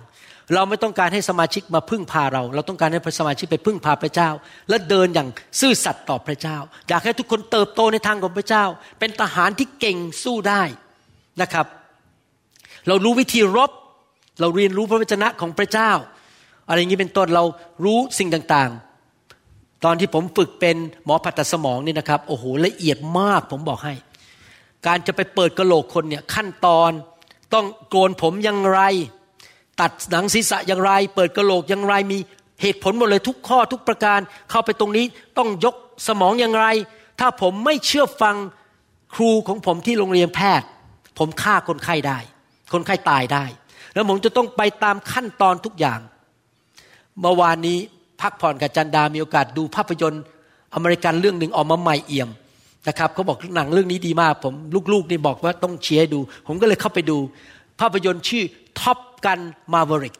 เราไม่ต้องการให้สมาชิกมาพึ่งพาเราเราต้องการให้สมาชิกไปพึ่งพาพระเจ้าและเดินอย่างซื่อสัตย์ต่อพระเจ้าอยากให้ทุกคนเติบโตในทางของพระเจ้าเป็นทหารที่เก่งสู้ได้นะครับเรารู้วิธีรบเราเรียนรู้พระวจนะของพระเจ้าอะไรอย่างนี้เป็นต้นเรารู้สิ่งต่างๆตอนที่ผมฝึกเป็นหมอผ่าตัดสมองนี่นะครับโอ้โหละเอียดมากผมบอกให้การจะไปเปิดกะโหลกคนเนี่ยขั้นตอนต้องโกนผมอย่างไรตัดหนังศีรษะอย่างไรเปิดกะโหลกอย่างไรมีเหตุผลหมดเลยทุกข้อทุกประการเข้าไปตรงนี้ต้องยกสมองอย่างไรถ้าผมไม่เชื่อฟังครูของผมที่โรงเรียนแพทย์ผมฆ่าคนไข้ได้คนไข้ตายได้แล้วผมจะต้องไปตามขั้นตอนทุกอย่างเมื่อวานนี้พักผ่อนกับจันดามีโอกาสดูภาพยนตร์อเมริกันเรื่องหนึ่งออกมาใหม่เอี่ยมนะครับเขาบอกหนังเรื่องนี้ดีมากผมลูกๆนี่บอกว่าต้องเชียร์ให้ดูผมก็เลยเข้าไปดูภาพยนตร์ชื่อ Top Gun Maverick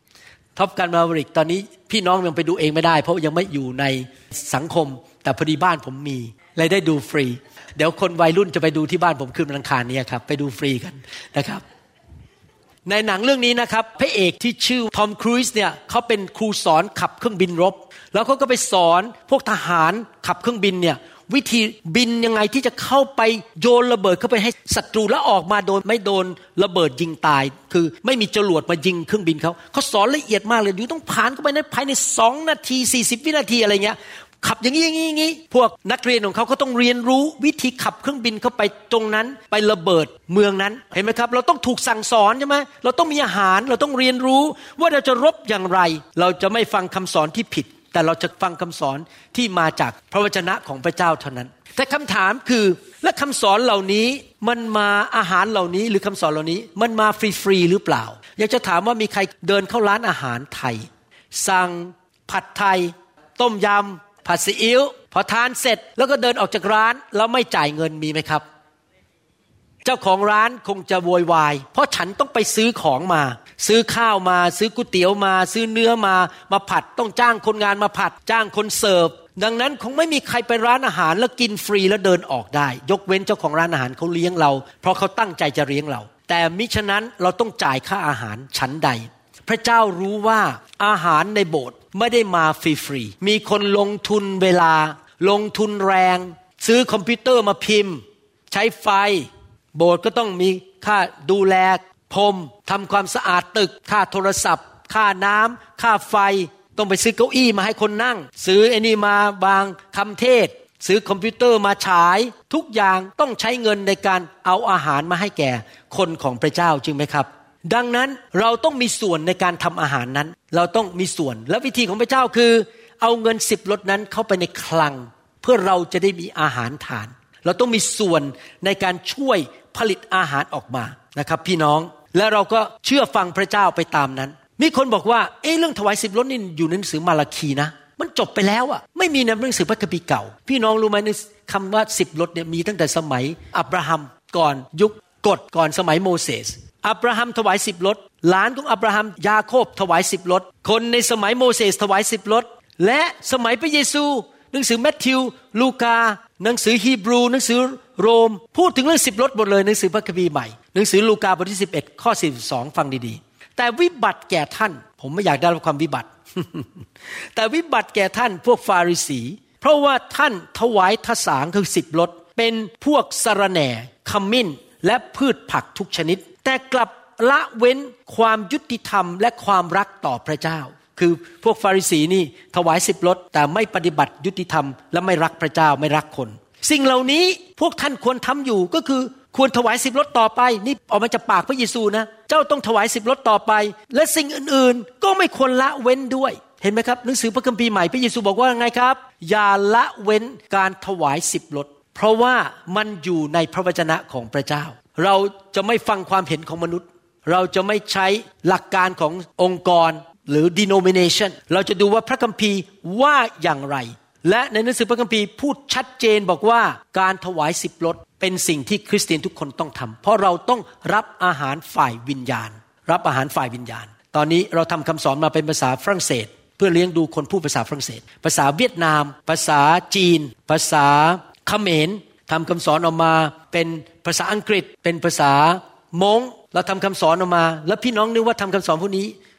Top Gun Maverick ตอนนี้พี่น้องยังไปดูเองไม่ได้เพราะยังไม่อยู่ในสังคมแต่พอดีบ้านผมมีเลยได้ดูฟรีเดี๋ยวคนวัยรุ่นจะไปดูที่บ้านผมคืนวันอังคารนี้ครับไปดูฟรีกันนะครับในหนังเรื่องนี้นะครับพระเอกที่ชื่อทอมครูซเนี่ยเขาเป็นครูสอนขับเครื่องบินรบแล้วเขาก็ไปสอนพวกทหารขับเครื่องบินเนี่ยวิธีบินยังไงที่จะเข้าไปโยนระเบิดเข้าไปให้ศัตรูแล้วออกมาโดนไม่โดนระเบิดยิงตายคือไม่มีจรวดมายิงเครื่องบินเขาเขาสอนละเอียดมากเลยอยู่ต้องผ่านเข้าไปในภายในสองนาทีสี่สิบวินาทีอะไรเงี้ยขับอย่างนี้อย่างนี้อย่างนี้พวกนักเรียนของเขาก็ต้องเรียนรู้วิธีขับเครื่องบินเข้าไปตรงนั้นไประเบิดเมืองนั้นเห็นไหมครับเราต้องถูกสั่งสอนใช่ไหมเราต้องมีอาหารเราต้องเรียนรู้ว่าเราจะรบอย่างไรเราจะไม่ฟังคำสอนที่ผิดแต่เราจะฟังคำสอนที่มาจากพระวจนะของพระเจ้าเท่านั้นแต่คำถามคือและคำสอนเหล่านี้มันมาอาหารเหล่านี้หรือคำสอนเหล่านี้มันมาฟรีๆหรือเปล่าอยากจะถามว่ามีใครเดินเข้าร้านอาหารไทยสั่งผัดไทยต้มยำผัดซีอิ๊วพอทานเสร็จแล้วก็เดินออกจากร้านแล้วไม่จ่ายเงินมีไหมครับเจ้าของร้านคงจะโวยวายเพราะฉันต้องไปซื้อของมาซื้อข้าวมาซื้อก๋วยเตี๋ยวมาซื้อเนื้อมามาผัดต้องจ้างคนงานมาผัดจ้างคนเสิร์ฟดังนั้นคงไม่มีใครไปร้านอาหารแล้วกินฟรีแล้วเดินออกได้ยกเว้นเจ้าของร้านอาหารเขาเลี้ยงเราเพราะเขาตั้งใจจะเลี้ยงเราแต่มิฉะนั้นเราต้องจ่ายค่าอาหารชั้นใดพระเจ้ารู้ว่าอาหารในโบสถ์ไม่ได้มาฟรีๆมีคนลงทุนเวลาลงทุนแรงซื้อคอมพิวเตอร์มาพิมพ์ใช้ไฟโบสถ์ก็ต้องมีค่าดูแลพรมทำความสะอาดตึกค่าโทรศัพท์ค่าน้ำค่าไฟต้องไปซื้อเก้าอี้มาให้คนนั่งซื้อไอ้นี่มาบางคำเทศซื้อคอมพิวเตอร์มาฉายทุกอย่างต้องใช้เงินในการเอาอาหารมาให้แก่คนของพระเจ้าจริงไหมครับดังนั้นเราต้องมีส่วนในการทำอาหารนั้นเราต้องมีส่วนและวิธีของพระเจ้าคือเอาเงินสิบลดนั้นเข้าไปในคลังเพื่อเราจะได้มีอาหารทานเราต้องมีส่วนในการช่วยผลิตอาหารออกมานะครับพี่น้องและเราก็เชื่อฟังพระเจ้าไปตามนั้นมีคนบอกว่าเอ๊ะเรื่องถวายสิบลดนี่อยู่ในหนังสือมาราคีนะมันจบไปแล้วอ่ะไม่มีในหนังสือพระคัมภีร์เก่าพี่น้องรู้ไหมในคำว่าสิบลดเนี่ยมีตั้งแต่สมัยอับราฮัมก่อนยุคกฎก่อนสมัยโมเสสอับราฮัมถวายสิบลดหลานของอับราฮัมยาโคบถวายสิบลดคนในสมัยโมเสสถวายสิบลดและสมัยพระเยซูหนังสือแมทธิวลูกาหนังสือฮีบรูหนังสือโรมพูดถึงเรื่องสิบลดหมดเลยหนังสือพระคัมภีร์ใหม่หนังสือลูกาบทที่สิบเอ็ดข้อสี่สิบสองฟังดีๆแต่วิบัติแก่ท่านผมไม่อยากได้รับความวิบัติ แต่วิบัติแก่ท่านพวกฟาริสีเพราะว่าท่านถวายทสางคือสิบลดเป็นพวกสะระแหน่ขมิ้นและพืชผักทุกชนิดแต่กลับละเว้นความยุติธรรมและความรักต่อพระเจ้าคือพวกฟาริสีนี่ถวายสิบลดแต่ไม่ปฏิบัติยุติธรรมและไม่รักพระเจ้าไม่รักคนสิ่งเหล่านี้พวกท่านควรทำอยู่ก็คือควรถวายสิบลดต่อไปนี่ออกมาจากปากพระเยซูนะเจ้าต้องถวายสิบลดต่อไปและสิ่งอื่นๆก็ไม่ควรละเว้นด้วยเห็นไหมครับหนังสือพระคัมภีร์ใหม่พระเยซูบอกว่าไงครับอย่าละเว้นการถวายสิบลดเพราะว่ามันอยู่ในพระวจนะของพระเจ้าเราจะไม่ฟังความเห็นของมนุษย์เราจะไม่ใช้หลักการขององค์กรหรือ denomination เราจะดูว่าพระคัมภีร์ว่าอย่างไรและในหนังสือพระคัมภีร์พูดชัดเจนบอกว่าการถวายสิบลดเป็นสิ่งที่คริสเตียนทุกคนต้องทำเพราะเราต้องรับอาหารฝ่ายวิญญาณรับอาหารฝ่ายวิญญาณตอนนี้เราทำคำสอนมาเป็นภาษาฝรั่งเศสเพื่อเลี้ยงดูคนพูดภาษาฝรั่งเศสภาษาเวียดนามภาษาจีนภาษาเขมรทำคำสอนออกมาเป็นภาษาอังกฤษเป็นภาษามงเราทำคำสอนออกมาแล้วพี่น้องนึกว่าทำคำสอนพวกนี้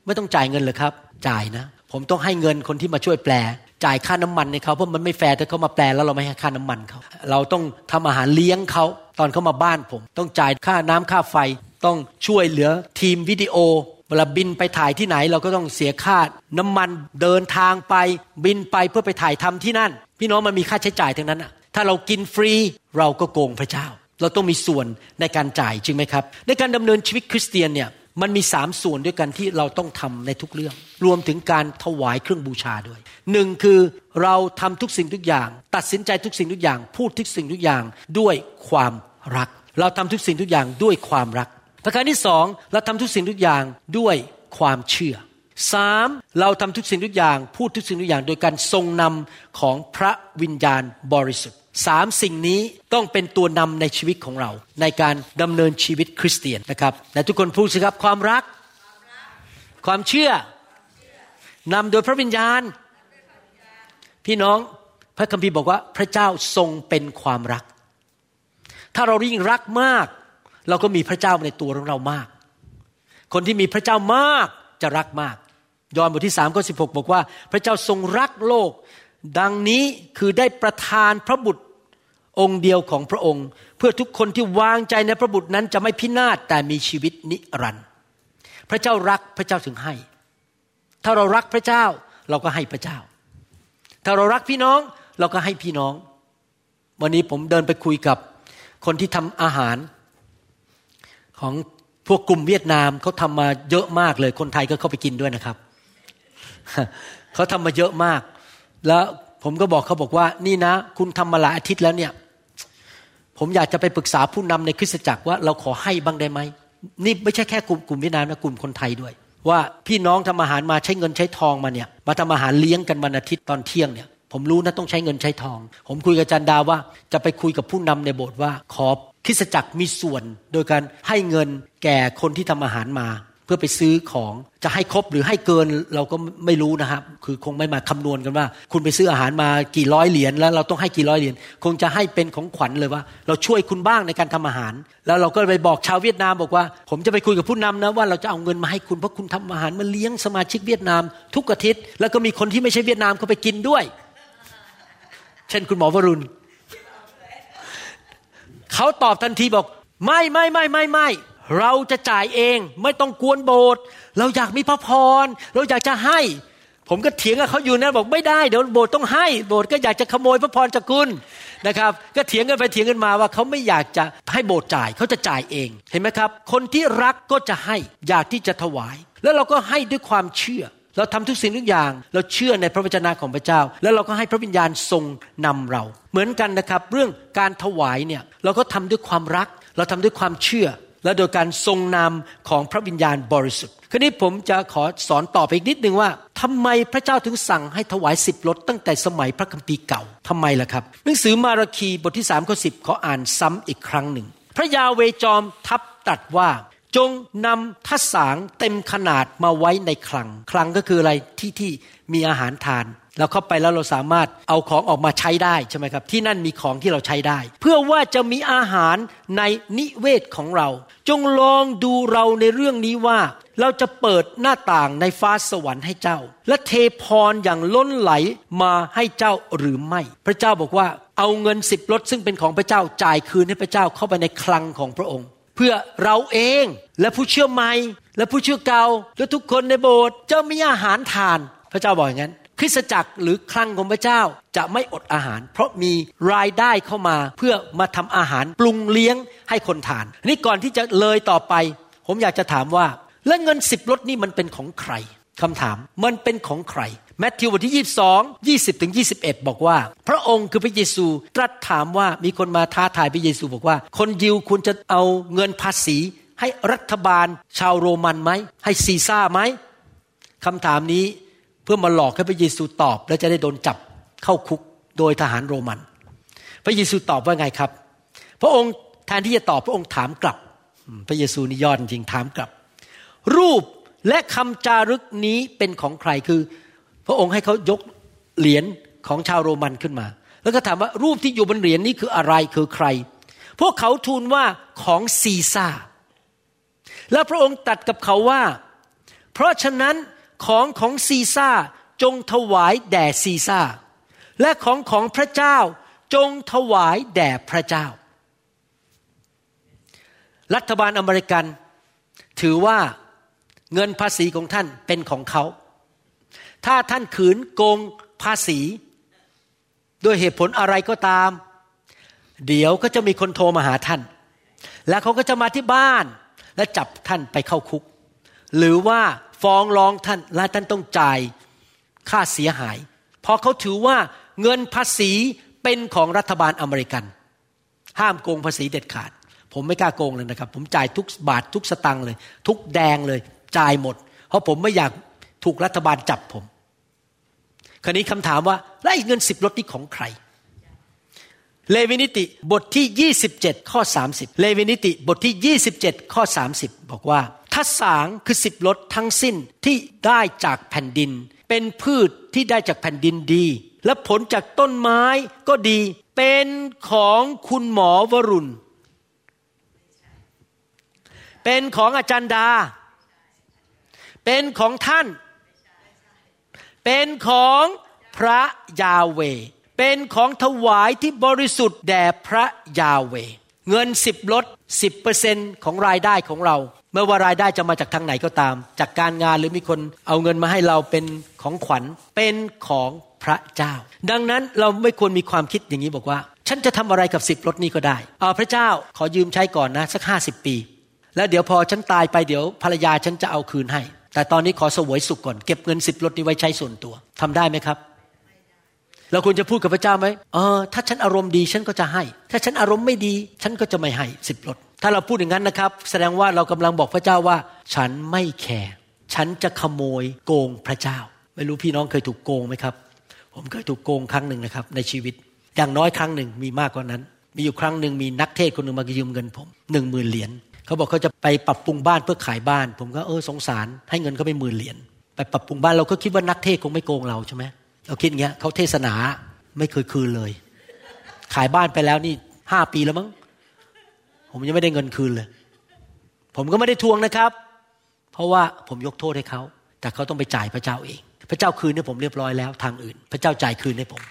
ไม่ต้องจ่ายเงินเลยครับจ่ายนะผมต้องให้เงินคนที่มาช่วยแปลจ่ายค่าน้ำมันให้เขาเพราะมันไม่แฟร์ถ้าเขามาแปลแล้วเราไม่ให้ค่าน้ำมันเขาเราต้องทำอาหารเลี้ยงเขาตอนเขามาบ้านผมต้องจ่ายค่าน้ำค่าไฟต้องช่วยเหลือทีมวิดีโอเวลาบินไปถ่ายที่ไหนเราก็ต้องเสียค่าน้ำมันเดินทางไปบินไปเพื่อไปถ่ายทำที่นั่นพี่น้องมันมีค่าใช้จ่ายทั้งนั้นอ่ะถ้าเรากินฟรีเราก็โกงพระเจ้าเราต้องมีส่วนในการจ่ายจริงไหมครับในการดำเนินชีวิตคริสเตียนเนี่ยมันมีสามส่วนด้วยกันที่เราต้องทำในทุกเรื่องรวมถึงการถวายเครื่องบูชาด้วยหนึ่งคือเราทำทุกสิ่งทุกอย่างตัดสินใจทุกสิ่งทุกอย่างพูดทุกสิ่งทุกอย่างด้วยความรักเราทำทุกสิ่งทุกอย่างด้วยความรักประการที่สองเราทำทุกสิ่งทุกอย่างด้วยความเชื่อสามเราทำทุกสิ่งทุกอย่างพูดทุกสิ่งทุกอย่างโดยการทรงนำของพระวิญญาณบริสุทธิ์สามสิ่งนี้ต้องเป็นตัวนำในชีวิตของเราในการดำเนินชีวิตคริสเตียนนะครับและทุกคนพูดสิครับความรักความเชื่อนำโดยพระวิญญาณพี่น้องพระคัมภีร์บอกว่าพระเจ้าทรงเป็นความรักถ้าเรายิ่งรักมากเราก็มีพระเจ้าในตัวของเรามากคนที่มีพระเจ้ามากจะรักมากยอห์นบทที่สามข้อสิบหกบอกว่าพระเจ้าทรงรักโลกดังนี้คือได้ประทานพระบุตรองค์เดียวของพระองค์เพื่อทุกคนที่วางใจในพระบุตรนั้นจะไม่พินาศแต่มีชีวิตนิรันดร์พระเจ้ารักพระเจ้าถึงให้ถ้าเรารักพระเจ้าเราก็ให้พระเจ้าถ้าเรารักพี่น้องเราก็ให้พี่น้องวันนี้ผมเดินไปคุยกับคนที่ทำอาหารของพวกกลุ่มเวียดนามเขาทำมาเยอะมากเลยคนไทยก็เข้าไปกินด้วยนะครับเขาทำมาเยอะมากแล้วผมก็บอกเขาบอกว่านี่นะคุณทำมาหลายอาทิตย์แล้วเนี่ยผมอยากจะไปปรึกษาผู้นำในคริสตจักรว่าเราขอให้บ้างได้ไหมนี่ไม่ใช่แค่กลุ่มกลุ่มเวียดนามนะกลุ่มคนไทยด้วยว่าพี่น้องทำอาหารมาใช้เงินใช้ทองมาเนี่ยมาทำอาหารเลี้ยงกันวันอาทิตย์ตอนเที่ยงเนี่ยผมรู้นะต้องใช้เงินใช้ทองผมคุยกับอาจารย์ดาว่าจะไปคุยกับผู้นำในโบสถ์ว่าขอคริสตจักรมีส่วนโดยการให้เงินแก่คนที่ทำอาหารมาเพื่อไปซื้อของจะให้ครบหรือให้เกินเราก็ไม่รู้นะครับคือคงไม่มาคำนวณกันว่าคุณไปซื้ออาหารมากี่ร้อยเหรียญแล้วเราต้องให้กี่ร้อยเหรียญคงจะให้เป็นของขวัญเลยว่าเราช่วยคุณบ้างในการทำอาหารแล้วเราก็ไปบอกชาวเวียดนามบอกว่าผมจะไปคุยกับผู้นำนะว่าเราจะเอาเงินมาให้คุณเพราะคุณทำอาหารมาเลี้ยงสมาชิกเวียดนามทุกอาทิตย์แล้วก็มีคนที่ไม่ใช่เวียดนามเขาไปกินด้วยเช่นคุณหมอวรุณเขาตอบทันทีบอกไม่ไม่ไม่ไม่ไม่เราจะจ่ายเองไม่ต้องกวนโบสถ์เราอยากมีพระพรเราอยากจะให้ผมก็เถียงกับเขาอยู่นะบอกไม่ได้เดี๋ยวโบสถ์ต้องให้โบสถ์ก็อยากจะขโมยพระพรจากคุณนะครับก็เถียงกันไปเถียงกันมาว่าเขาไม่อยากจะให้โบสถ์จ่ายเขาจะจ่ายเองเห็นไหมครับคนที่รักก็จะให้อยากที่จะถวายแล้วเราก็ให้ด้วยความเชื่อเราทำทุกสิ่งทุกอย่างเราเชื่อในพระวจนะของพระเจ้าแล้วเราก็ให้พระวิญญาณทรงนำเราเหมือนกันนะครับเรื่องการถวายเนี่ยเราก็ทำด้วยความรักเราทำด้วยความเชื่อและโดยการทรงนำของพระวิญญาณบริสุทธิ์คราวนี้ผมจะขอสอนต่อไปอีกนิดนึงว่าทำไมพระเจ้าถึงสั่งให้ถวายสิบรถตั้งแต่สมัยพระคัมภีร์เก่าทำไมล่ะครับหนังสือมาราคีบทที่สามข้อสิบขออ่านซ้ำอีกครั้งหนึ่งพระยาเวจอมทัพตรัสว่าจงนำทัสสางเต็มขนาดมาไว้ในคลังคลังก็คืออะไรที่ที่มีอาหารทานเราเข้าไปแล้วเราสามารถเอาของออกมาใช้ได้ใช่ไหมครับที่นั่นมีของที่เราใช้ได้เพื่อว่าจะมีอาหารในนิเวศของเราจงลองดูเราในเรื่องนี้ว่าเราจะเปิดหน้าต่างในฟ้าสวรรค์ให้เจ้าและเทพรอย่างล้นไหลมาให้เจ้าหรือไม่พระเจ้าบอกว่าเอาเงินสิบรถซึ่งเป็นของพระเจ้าจ่ายคืนให้พระเจ้าเข้าไปในคลังของพระองค์เพื่อเราเองและผู้เชื่อใหม่และผู้เชื่อเก่าและทุกคนในโบสถ์จะมีอาหารทานพระเจ้าบอกอย่างนั้นคริสตจักรหรือคลังของพระเจ้าจะไม่อดอาหารเพราะมีรายได้เข้ามาเพื่อมาทำอาหารปรุงเลี้ยงให้คนทานนี่ก่อนที่จะเลยต่อไปผมอยากจะถามว่าแล้วเงินสิบรถนี่มันเป็นของใครคำถามมันเป็นของใครมัทธิวบทที่ยี่สิบสอง ยี่สิบถึงยี่สิบเอ็ดบอกว่าพระองค์คือพระเยซูตรัสถามว่ามีคนมาท้าทายพระเยซูบอกว่าคนยิวควรจะเอาเงินภาษีให้รัฐบาลชาวโรมันไหมให้ซีซ่าไหมคำถามนี้เพื่อมาหลอกให้พระเยซูตอบและจะได้โดนจับเข้าคุกโดยทหารโรมันพระเยซูตอบว่าไงครับพระองค์แทนที่จะตอบพระองค์ถามกลับพระเยซูนี่ยอดจริงถามกลับรูปและคำจารึกนี้เป็นของใครคือพระองค์ให้เขายกเหรียญของชาวโรมันขึ้นมาแล้วก็ถามว่ารูปที่อยู่บนเหรียญนี้คืออะไรคือใครพวกเขาทูลว่าของซีซ่าแล้วพระองค์ตรัสกับเขาว่าเพราะฉะนั้นของของซีซ่าจงถวายแด่ซีซ่าและของของพระเจ้าจงถวายแด่พระเจ้ารัฐบาลอเมริกันถือว่าเงินภาษีของท่านเป็นของเขาถ้าท่านขืนโกงภาษีด้วยเหตุผลอะไรก็ตามเดี๋ยวก็จะมีคนโทรมาหาท่านแล้วเขาก็จะมาที่บ้านและจับท่านไปเข้าคุกหรือว่าฟ้องร้องท่านและท่านต้องจ่ายค่าเสียหายเพราะเขาถือว่าเงินภาษีเป็นของรัฐบาลอเมริกันห้ามโกงภาษีเด็ดขาดผมไม่กล้าโกงเลยนะครับผมจ่ายทุกบาททุกสตางค์เลยทุกแดงเลยจ่ายหมดเพราะผมไม่อยากถูกรัฐบาลจับผมคราวนี้คำถามว่าแล้วเงินสิบลดนี้ของใครเลวีนิติบทที่ยี่สิบเจ็ดข้อสามสิบเลวีนิติบทที่ยี่สิบเจ็ดข้อสามสิบบอกว่าทัศสางคือสิบลดทั้งสิ้นที่ได้จากแผ่นดินเป็นพืชที่ได้จากแผ่นดินดีและผลจากต้นไม้ก็ดีเป็นของคุณหมอวรุณเป็นของอาจารย์ดาเป็นของท่านเป็นของพระยาเวห์เป็นของถวายที่บริสุทธิ์แด่พระยาเวห์เงินสิบลด สิบเปอร์เซ็นต์ ของรายได้ของเราไม่ว่ารายได้จะมาจากทางไหนก็ตามจากการงานหรือมีคนเอาเงินมาให้เราเป็นของขวัญเป็นของพระเจ้าดังนั้นเราไม่ควรมีความคิดอย่างนี้บอกว่าฉันจะทำอะไรกับสิบลดนี้ก็ได้เอาพระเจ้าขอยืมใช้ก่อนนะสักห้าสิบปีแล้วเดี๋ยวพอฉันตายไปเดี๋ยวภรรยาฉันจะเอาคืนให้แต่ตอนนี้ขอเสวยสุขก่อนเก็บเงินสิบลดนี้ไว้ใช้ส่วนตัวทำได้ไหมครับเราควรจะพูดกับพระเจ้าไหมเออถ้าฉันอารมณ์ดีฉันก็จะให้ถ้าฉันอารมณ์ไม่ดีฉันก็จะไม่ให้สิบลดถ้าเราพูดอย่างนั้นนะครับแสดงว่าเรากำลังบอกพระเจ้าว่าฉันไม่แคร์ฉันจะขโมยโกงพระเจ้าไม่รู้พี่น้องเคยถูกโกงไหมครับผมเคยถูกโกงครั้งหนึ่งนะครับในชีวิตอย่างน้อยครั้งหนึ่งมีมากกว่านั้นมีอยู่ครั้งหนึ่งมีนักเทศคนหนึ่งมายืมเงินผมหนึ่งหมื่นเหรียญเขาบอกเขาจะไปปรับปรุงบ้านเพื่อขายบ้านผมก็เออสงสารให้เงินเขาไปหมื่นเหรียญไปปรับปรุงบ้านเราก็คิดว่านักเทศคงไม่โกงเราใช่ไหมเราคิดอย่างเงี้ยเขาเทศนาไม่เคยคืนเลยขายบ้านไปแล้วนี่ห้าปีแล้วมั้งผมยังไม่ได้เงินคืนเลยผมก็ไม่ได้ทวงนะครับเพราะว่าผมยกโทษให้เขาแต่เขาต้องไปจ่ายพระเจ้าเองพระเจ้าคืนให้ผมเรียบร้อยแล้วทางอื่นพระเจ้าจ่ายคืนให้ผม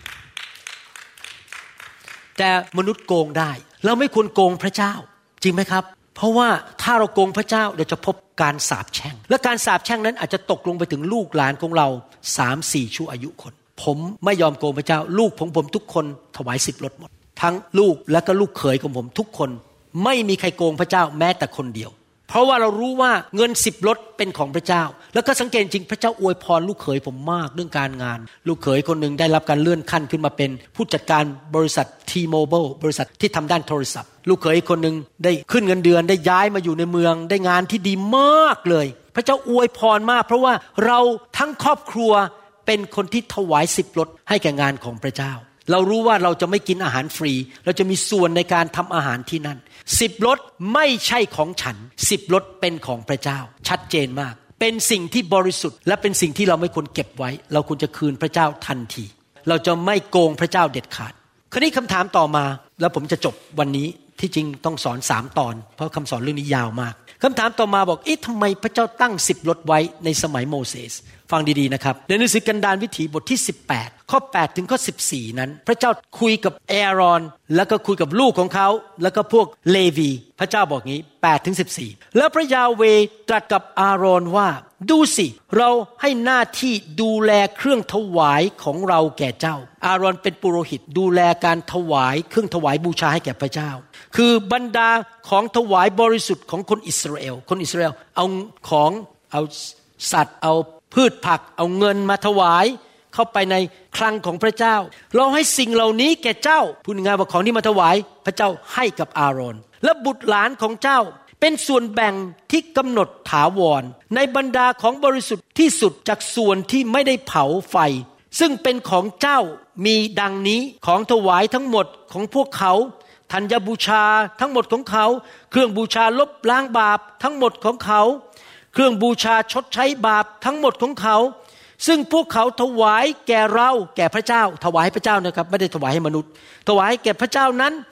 แต่มนุษย์โกงได้เราไม่ควรโกงพระเจ้าจริงไหมครับเพราะว่าถ้าเราโกงพระเจ้าเราจะพบการสาปแช่งและการสาปแช่งนั้นอาจจะตกลงไปถึงลูกหลานของเรา สามสี่ ชั่วอายุคนผมไม่ยอมโกงพระเจ้าลูกของผมทุกคนถวายสิบลดหมดทั้งลูกและก็ลูกเขยของผมทุกคนไม่มีใครโกงพระเจ้าแม้แต่คนเดียวเพราะว่าเรารู้ว่าเงินสิบลดเป็นของพระเจ้าแล้วก็สังเกตจริงพระเจ้าอวยพรลูกเขยผมมากเรื่องการงานลูกเขยคนนึงได้รับการเลื่อนขั้นขึ้นมาเป็นผู้จัดการบริษัท T-Mobile บริษัทที่ทำด้านโทรศัพท์ลูกเขยคนนึงได้ขึ้นเงินเดือนได้ย้ายมาอยู่ในเมืองได้งานที่ดีมากเลยพระเจ้าอวยพรมากเพราะว่าเราทั้งครอบครัวเป็นคนที่ถวายสิบลดให้แก่งานของพระเจ้าเรารู้ว่าเราจะไม่กินอาหารฟรีเราจะมีส่วนในการทำอาหารที่นั่นสิบลดไม่ใช่ของฉันสิบลดเป็นของพระเจ้าชัดเจนมากเป็นสิ่งที่บริสุทธิ์และเป็นสิ่งที่เราไม่ควรเก็บไว้เราควรจะคืนพระเจ้าทันทีเราจะไม่โกงพระเจ้าเด็ดขาดคราวนี้คำถามต่อมาแล้วผมจะจบวันนี้ที่จริงต้องสอนสามตอนเพราะคำสอนเรื่องนี้ยาวมากคำถามต่อมาบอกเอ๊ะทำไมพระเจ้าตั้งสิบลดไว้ในสมัยโมเสสฟังดีๆนะครับในหนังสือกันดารวิถีบทที่สิบแปดข้อแปดถึงข้อสิบสี่นั้นพระเจ้าคุยกับแอรอนแล้วก็คุยกับลูกของเขาแล้วก็พวกเลวีพระเจ้าบอกงี้แปดถึงสิบสี่แล้วพระยาเวห์ตรัสกับอาโรนว่าดูสิเราให้หน้าที่ดูแลเครื่องถวายของเราแก่เจ้าอาโรนเป็นปุโรหิตดูแลการถวายเครื่องถวายบูชาให้แก่พระเจ้าคือบรรดาของถวายบริสุทธิ์ของคนอิสราเอลคนอิสราเอลเอาของเอาสัตว์เอาพืชผักเอาเงินมาถวายเข้าไปในคลังของพระเจ้าเราให้สิ่งเหล่านี้แก่เจ้าพูดง่ายๆว่าของที่มาถวายพระเจ้าให้กับอาโรนและบุตรหลานของเจ้าเป็นส่วนแบ่งที่กำหนดถาวรในบรรดาของบริสุทธิ์ที่สุดจากส่วนที่ไม่ได้เผาไฟซึ่งเป็นของเจ้ามีดังนี้ของถวายทั้งหมดของพวกเขาธัญบูชาทั้งหมดของเขาเครื่องบูชาลบล้างบาปทั้งหมดของเขาเครื่องบูชาชดใช้บาปทั้งหมดของเขาซึ่งพวกเขาถวายแก่เราแก่พระเจ้าถวายให้พระเจ้านะครับไม่ได้ถวายให้มนุษย์ถวายให้แก่พระเจ้านั้น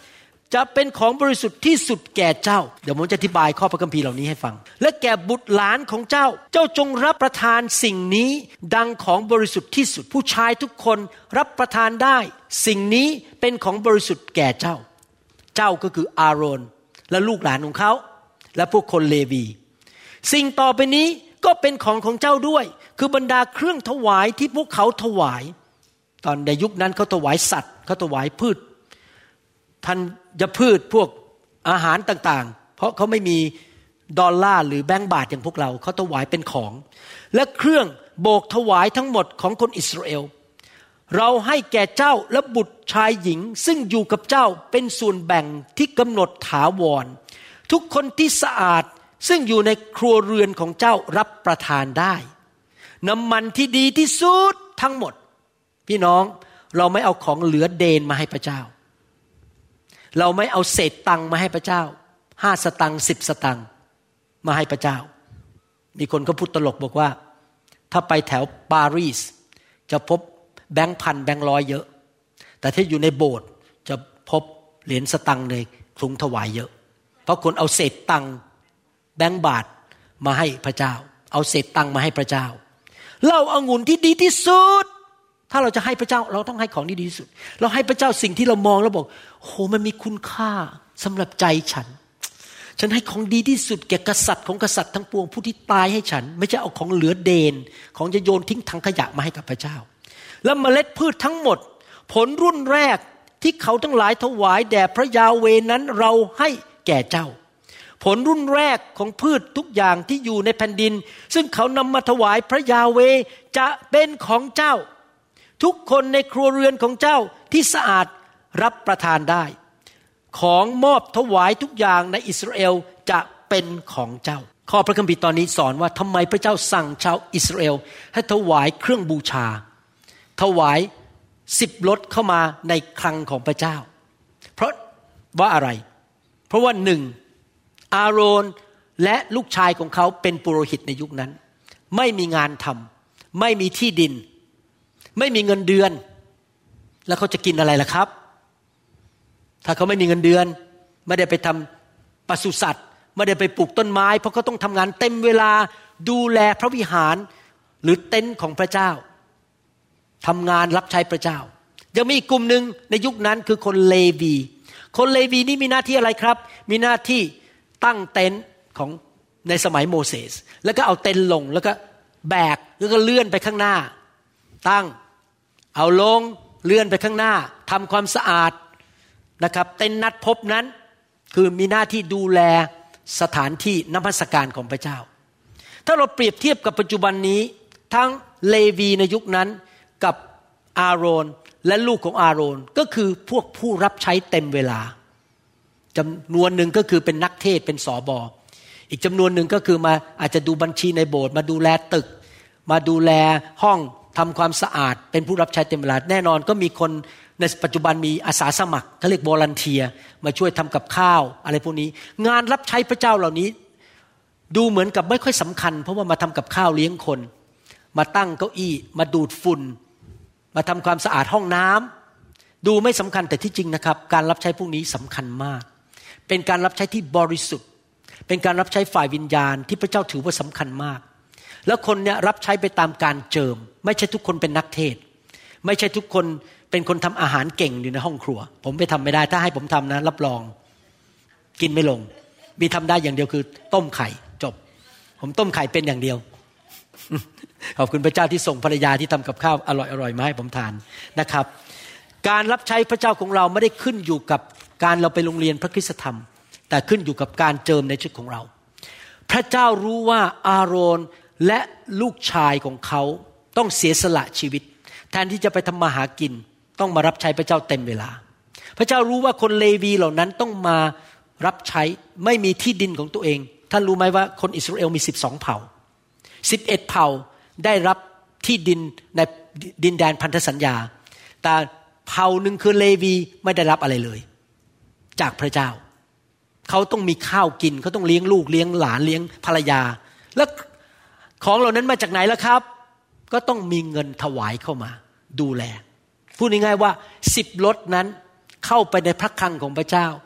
จะเป็นของบริสุทธิ์ที่สุดแก่เจ้าเดี๋ยวผมจะอธิบายข้อพระคัมภีร์เหล่านี้ให้ฟังและแก่บุตรหลานของเจ้าเจ้าจงรับประทานสิ่งนี้ดังของบริสุทธิ์ที่สุดผู้ชายทุกคนรับประทานได้สิ่งนี้เป็นของบริสุทธิ์แก่เจ้าเจ้าก็คืออาโรนและลูกหลานของเขาและพวกคนเลวีสิ่งต่อไปนี้ก็เป็นของของเจ้าด้วยคือบรรดาเครื่องถวายที่พวกเขาถวายตอนในยุคนั้นเขาถวายสัตว์เขาถวายพืชธัญพืชพวกอาหารต่างๆเพราะเขาไม่มีดอลลาร์หรือแบงก์บาทอย่างพวกเราเขาถวายเป็นของและเครื่องโบกถวายทั้งหมดของคนอิสราเอลเราให้แก่เจ้าและบุตรชายหญิงซึ่งอยู่กับเจ้าเป็นส่วนแบ่งที่กำหนดถาวรทุกคนที่สะอาดซึ่งอยู่ในครัวเรือนของเจ้ารับประทานได้น้ำมันที่ดีที่สุดทั้งหมดพี่น้องเราไม่เอาของเหลือเดนมาให้พระเจ้าเราไม่เอาเศษตังค์มาให้พระเจ้าห้าสตังค์สิบสตังค์มาให้พระเจ้ามีคนก็พูดตลกบอกว่าถ้าไปแถวปารีสจะพบแบงค์พันแบงค์ร้อยเยอะแต่ถ้าอยู่ในโบสถ์จะพบเหรียญสตังค์ในถุงถวายเยอะเพราะคนเอาเศษตังค์แบงค์บาทมาให้พระเจ้าเอาเศษตังค์มาให้พระเจ้าเหล้าองุ่นที่ดีที่สุดถ้าเราจะให้พระเจ้าเราต้องให้ของที่ดีที่สุดเราให้พระเจ้าสิ่งที่เรามองแล้วบอกโอ้โหมันมีคุณค่าสำหรับใจฉันฉันให้ของดีที่สุดแก่กษัตริย์ของกษัตริย์ทั้งปวงผู้ที่ตายให้ฉันไม่ใช่เอาของเหลือเดนของจะโยนทิ้งถังขยะมาให้กับพระเจ้าและเมล็ดพืชทั้งหมดผลรุ่นแรกที่เขาทั้งหลายถวายแด่พระยาเวนั้นเราให้แก่เจ้าผลรุ่นแรกของพืชทุกอย่างที่อยู่ในแผ่นดินซึ่งเขานำมาถวายพระยาเวจะเป็นของเจ้าทุกคนในครัวเรือนของเจ้าที่สะอาดรับประทานได้ของมอบถวายทุกอย่างในอิสราเอลจะเป็นของเจ้าข้อพระคัมภีร์ตอนนี้สอนว่าทำไมพระเจ้าสั่งชาวอิสราเอลให้ถวายเครื่องบูชาถวายสิบรถเข้ามาในคลังของพระเจ้าเพราะว่าอะไรเพราะว่าหนึ่งอาโรนและลูกชายของเขาเป็นปุโรหิตในยุคนั้นไม่มีงานทำไม่มีที่ดินไม่มีเงินเดือนแล้วเขาจะกินอะไรล่ะครับถ้าเขาไม่มีเงินเดือนไม่ได้ไปทำปศุสัตว์ไม่ได้ไปปลูกต้นไม้เพราะเขาต้องทำงานเต็มเวลาดูแลพระวิหารหรือเต็นท์ของพระเจ้าทำงานรับใช้พระเจ้ายังมีอีกกลุ่มนึงในยุคนั้นคือคนเลวีคนเลวีนี่มีหน้าที่อะไรครับมีหน้าที่ตั้งเต็นท์ของในสมัยโมเสสแล้วก็เอาเต็นท์ลงแล้วก็แบกแล้วก็เลื่อนไปข้างหน้าตั้งเอาลงเลื่อนไปข้างหน้าทำความสะอาดนะครับเต็นท์นัดพบนั้นคือมีหน้าที่ดูแลสถานที่นมัสการของพระเจ้าถ้าเราเปรียบเทียบกับปัจจุบันนี้ทั้งเลวีในยุคนั้นกับอาโรนและลูกของอาโรนก็คือพวกผู้รับใช้เต็มเวลาจำนวนหนึ่งก็คือเป็นนักเทศเป็นสบอีกจำนวนหนึ่งก็คือมาอาจจะดูบัญชีในโบสถ์มาดูแลตึกมาดูแลห้องทำความสะอาดเป็นผู้รับใช้เต็มเวลาแน่นอนก็มีคนในปัจจุบันมีอาสาสมัครเขาเรียกวอลันเทียมาช่วยทำกับข้าวอะไรพวกนี้งานรับใช้พระเจ้าเหล่านี้ดูเหมือนกับไม่ค่อยสำคัญเพราะว่ามาทำกับข้าวเลี้ยงคนมาตั้งเก้าอี้มาดูดฝุ่นมาทำความสะอาดห้องน้ำดูไม่สำคัญแต่ที่จริงนะครับการรับใช้พวกนี้สำคัญมากเป็นการรับใช้ที่บริสุทธิ์เป็นการรับใช้ฝ่ายวิญญาณที่พระเจ้าถือว่าสำคัญมากแล้วคนเนี่ยรับใช้ไปตามการเจิมไม่ใช่ทุกคนเป็นนักเทศไม่ใช่ทุกคนเป็นคนทำอาหารเก่งอยู่ในห้องครัวผมไปทำไม่ได้ถ้าให้ผมทำนะรับรองกินไม่ลงมีทำได้อย่างเดียวคือต้มไข่จบผมต้มไข่เป็นอย่างเดียว ขอบคุณพระเจ้าที่ส่งภรรยาที่ทำกับข้าวอร่อยๆมาให้ผมทานนะครับการรับใช้พระเจ้าของเราไม่ได้ขึ้นอยู่กับการเราไปโรงเรียนพระคริสตธรรมแต่ขึ้นอยู่กับการเจิมในชีวิตของเราพระเจ้ารู้ว่าอาโรนและลูกชายของเขาต้องเสียสละชีวิตแทนที่จะไปทำมาหากินต้องมารับใช้พระเจ้าเต็มเวลาพระเจ้ารู้ว่าคนเลวีเหล่านั้นต้องมารับใช้ไม่มีที่ดินของตัวเองท่านรู้ไหมว่าคนอิสราเอลมีสิบสองเผ่าสิบเอ็ดเผ่าได้รับที่ดินในดินแดนพันธสัญญาแต่เผ่านึงคือเลวีไม่ได้รับอะไรเลยจากพระเจ้าเขาต้องมีข้าวกินเขาต้องเลี้ยงลูกเลี้ยงหลานเลี้ยงภรรยาแล้วของเหล่านั้นมาจากไหนล่ะครับก็ต้องมีเงินถวายเข้ามาดูแลพูดง่ายๆว่าสิบรถนั้นเข้าไปในพระคลังของพระเจ้า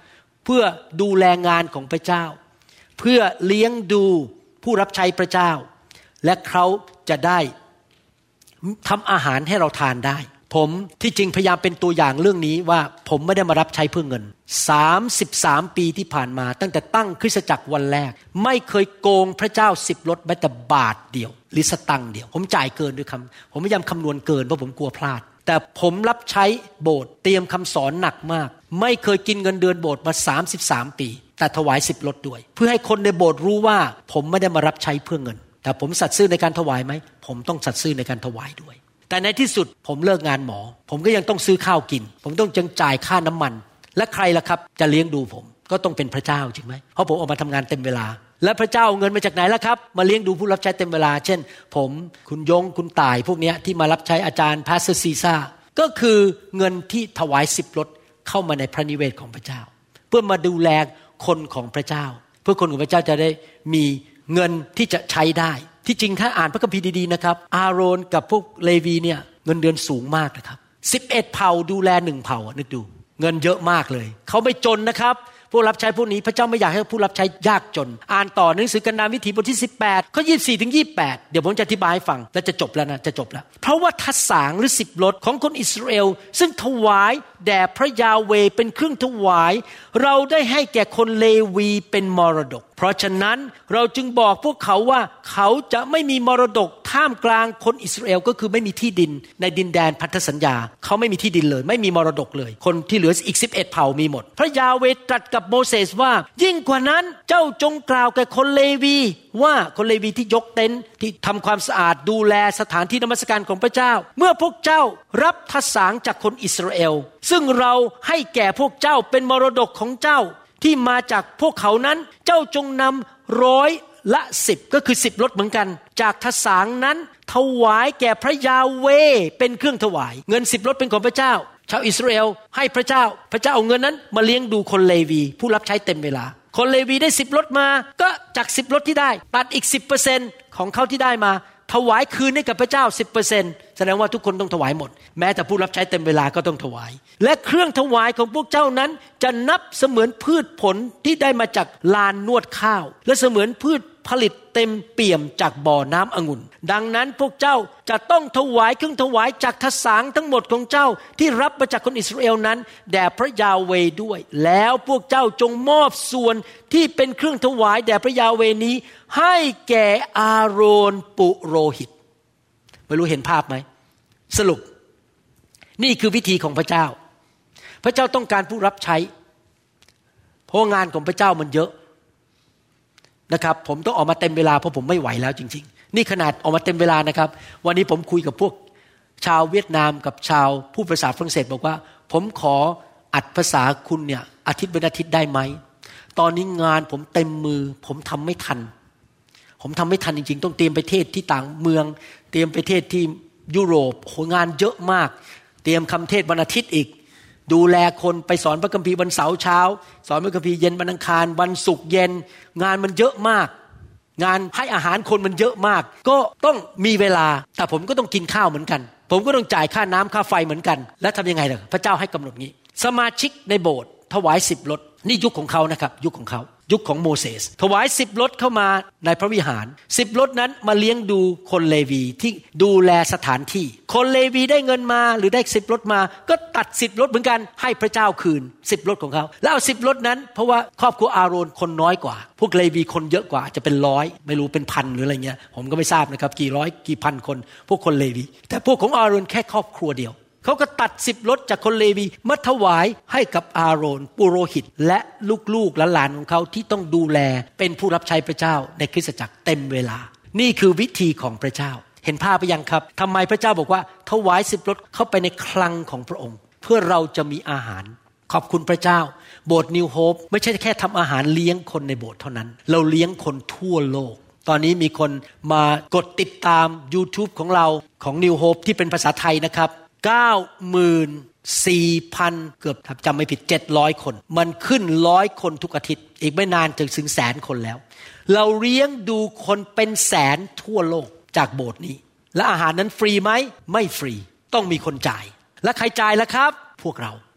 เพื่อดูแลงานของพระเจ้าเพื่อเลี้ยงดูผู้รับใช้พระเจ้าและเขาจะได้ทำอาหารให้เราทานได้ผมที่จริงพยายามเป็นตัวอย่างเรื่องนี้ว่าผมไม่ได้มารับใช้เพื่อเงินสามสิบสามปีที่ผ่านมาตั้งแต่ตั้งคริสตจักรวันแรกไม่เคยโกงพระเจ้าสิบลดแม้แต่บาทเดียวหรือสตังค์เดียวผมจ่ายเกินด้วยคำผมพยายามคำนวณเกินเพราะผมกลัวพลาดแต่ผมรับใช้โบสถ์เตรียมคำสอนหนักมากไม่เคยกินเงินเดือนโบสถ์มาสามสิบสามปีแต่ถวายสิบลดด้วยเพื่อให้คนในโบสถ์รู้ว่าผมไม่ได้มารับใช้เพื่อเงินแต่ผมสัตย์ซื่อในการถวายไหมผมต้องสัตย์ซื่อในการถวายด้วยแต่ในที่สุดผมเลิกงานหมอผมก็ยังต้องซื้อข้าวกินผมต้องจังจ่ายค่าน้ำมันและใครล่ะครับจะเลี้ยงดูผมก็ต้องเป็นพระเจ้าจริงไหมเพราะผมออกมาทำงานเต็มเวลาและพระเจ้าเอาเงินมาจากไหนล่ะครับมาเลี้ยงดูผู้รับใช้เต็มเวลาเช่นผมคุณยงคุณต่ายพวกนี้ที่มารับใช้อาจารย์พาสเตอร์ซีซ่าก็คือเงินที่ถวายสิบลดเข้ามาในพระนิเวศของพระเจ้าเพื่อมาดูแลคนของพระเจ้าเพื่อคนของพระเจ้าจะได้มีเงินที่จะใช้ได้ที่จริงถ้าอ่านพระคัมภีร์ดีๆนะครับอาโรนกับพวกเลวีเนี่ยเงินเดือนสูงมากนะครับสิบเอ็ดเผ่าดูแลหนึ่งเผ่านึกดูเงินเยอะมากเลยเขาไม่จนนะครับผู้รับใช้พวกนี้พระเจ้าไม่อยากให้ผู้รับใช้ยากจนอ่านต่อหนังสือกันดารวิถีบทที่สิบแปดข้อยี่สิบสี่ถึงยี่สิบแปดเดี๋ยวผมจะอธิบายให้ฟังแล้วจะจบแล้วนะจะจบแล้วเพราะว่าทัศสางหรือสิบลดของคนอิสราเอลซึ่งถวายแด่พระยาเวห์เป็นเครื่องถวายเราได้ให้แก่คนเลวีเป็นมรดกเพราะฉะนั้นเราจึงบอกพวกเขาว่าเขาจะไม่มีมรดกท่ามกลางคนอิสราเอลก็คือไม่มีที่ดินในดินแดนพันธสัญญาเขาไม่มีที่ดินเลยไม่มีมรดกเลยคนที่เหลืออีกสิบเอ็ดเผ่ามีหมดพระยาเวห์ตรัสกับโมเสสว่ายิ่งกว่านั้นเจ้าจงกล่าวแก่คนเลวีว่าคนเลวีที่ยกเต็นท์ที่ทำความสะอาดดูแลสถานที่นมัสการของพระเจ้าเมื่อพวกเจ้ารับทัศสางจากคนอิสราเอลซึ่งเราให้แก่พวกเจ้าเป็นมรดกของเจ้าที่มาจากพวกเขานั้นเจ้าจงนำร้อยละสิบก็คือสิบลดเหมือนกันจากทัศสางนั้นถวายแก่พระยาเวห์เป็นเครื่องถวายเงินสิบลดเป็นของพระเจ้าชาวอิสราเอลให้พระเจ้าพระเจ้าเอาเงินนั้นมาเลี้ยงดูคนเลวีผู้รับใช้เต็มเวลาคนเลวีได้สิบลดมาก็จากสิบลดที่ได้ตัดอีก สิบเปอร์เซ็นต์ ของเขาที่ได้มาถวายคืนให้กับพระเจ้า สิบเปอร์เซ็นต์ แสดงว่าทุกคนต้องถวายหมดแม้แต่ผู้รับใช้เต็มเวลาก็ต้องถวายและเครื่องถวายของพวกเจ้านั้นจะนับเสมือนพืชผลที่ได้มาจากลานนวดข้าวและเสมือนพืชผลิตเต็มเปี่ยมจากบ่อน้ำองุ่นดังนั้นพวกเจ้าจะต้องถวายเครื่องถวายจากทัศสางทั้งหมดของเจ้าที่รับมาจากคนอิสราเอลนั้นแด่พระยาเวห์ด้วยแล้วพวกเจ้าจงมอบส่วนที่เป็นเครื่องถวายแด่พระยาเวห์นี้ให้แก่อาโรนปุโรหิตไม่รู้เห็นภาพไหมสรุปนี่คือวิธีของพระเจ้าพระเจ้าต้องการผู้รับใช้เพราะงานของพระเจ้ามันเยอะนะครับผมต้องออกมาเต็มเวลาเพราะผมไม่ไหวแล้วจริงๆนี่ขนาดออกมาเต็มเวลานะครับวันนี้ผมคุยกับพวกชาวเวียดนามกับชาวผู้ภาษาฝรั่งเศสบอกว่าผมขออัดภาษาคุณเนี่ยอาทิตย์เป็นอาทิตย์ได้ไหมตอนนี้งานผมเต็มมือผมทำไม่ทันผมทำไม่ทันจริงๆต้องเตรียมไปเทศที่ต่างเมืองเตรียมไปเทศที่ยุโรปโหงานเยอะมากเตรียมคำเทศวันอาทิตย์อีกดูแลคนไปสอนพระคัมภีร์วันเสาร์เช้าสอนพระคัมภีร์เย็นวันอังคารวันศุกร์เย็นงานมันเยอะมากงานให้อาหารคนมันเยอะมากก็ต้องมีเวลาแต่ผมก็ต้องกินข้าวเหมือนกันผมก็ต้องจ่ายค่าน้ำค่าไฟเหมือนกันแล้วทำยังไงล่ะพระเจ้าให้กำหนดงี้สมาชิกในโบสถ์ถวายสิบลดนี่ยุคของเขานะครับยุคของเขายุคของโมเสสถวายสิบลดเข้ามาในพระวิหารสิบลดนั้นมาเลี้ยงดูคนเลวีที่ดูแลสถานที่คนเลวีได้เงินมาหรือได้สิบลดมาก็ตัดสิบลดเหมือนกันให้พระเจ้าคืนสิบลดของเขาแล้วเอาสิบลดนั้นเพราะว่าครอบครัวอาโรนคนน้อยกว่าพวกเลวีคนเยอะกว่าจะเป็นร้อยไม่รู้เป็นพันหรืออะไรเงี้ยผมก็ไม่ทราบนะครับกี่ร้อยกี่พันคนพวกคนเลวีแต่พวกของอาโรนแค่ครอบครัวเดียวเขาก็ตัดสิบลดจากคนเลวีมาถวายให้กับอาโรนปุโรหิตและลูกๆหลานของเขาที่ต้องดูแลเป็นผู้รับใช้พระเจ้าในคริสตจักรเต็มเวลานี่คือวิธีของพระเจ้าเห็นภาพไปยังครับทำไมพระเจ้าบอกว่าถวายสิบลดเข้าไปในคลังของพระองค์เพื่อเราจะมีอาหารขอบคุณพระเจ้าโบสถ์นิวโฮปไม่ใช่แค่ทำอาหารเลี้ยงคนในโบสถ์เท่านั้นเราเลี้ยงคนทั่วโลกตอนนี้มีคนมากดติดตาม YouTube ของเราของ New Hope ที่เป็นภาษาไทยนะครับเก้าหมื่นสี่พัน เกือบจำไม่ผิดเจ็ดร้อยคนมันขึ้นร้อยคนทุกอาทิตย์อีกไม่นานจะถึงแสนคนแล้วเราเลี้ยงดูคนเป็นแสนทั่วโลกจากโบสถ์นี้และอาหารนั้นฟรีไหมไม่ฟรีต้องมีคนจ่ายและใครจ่ายล่ะครับพวกเรา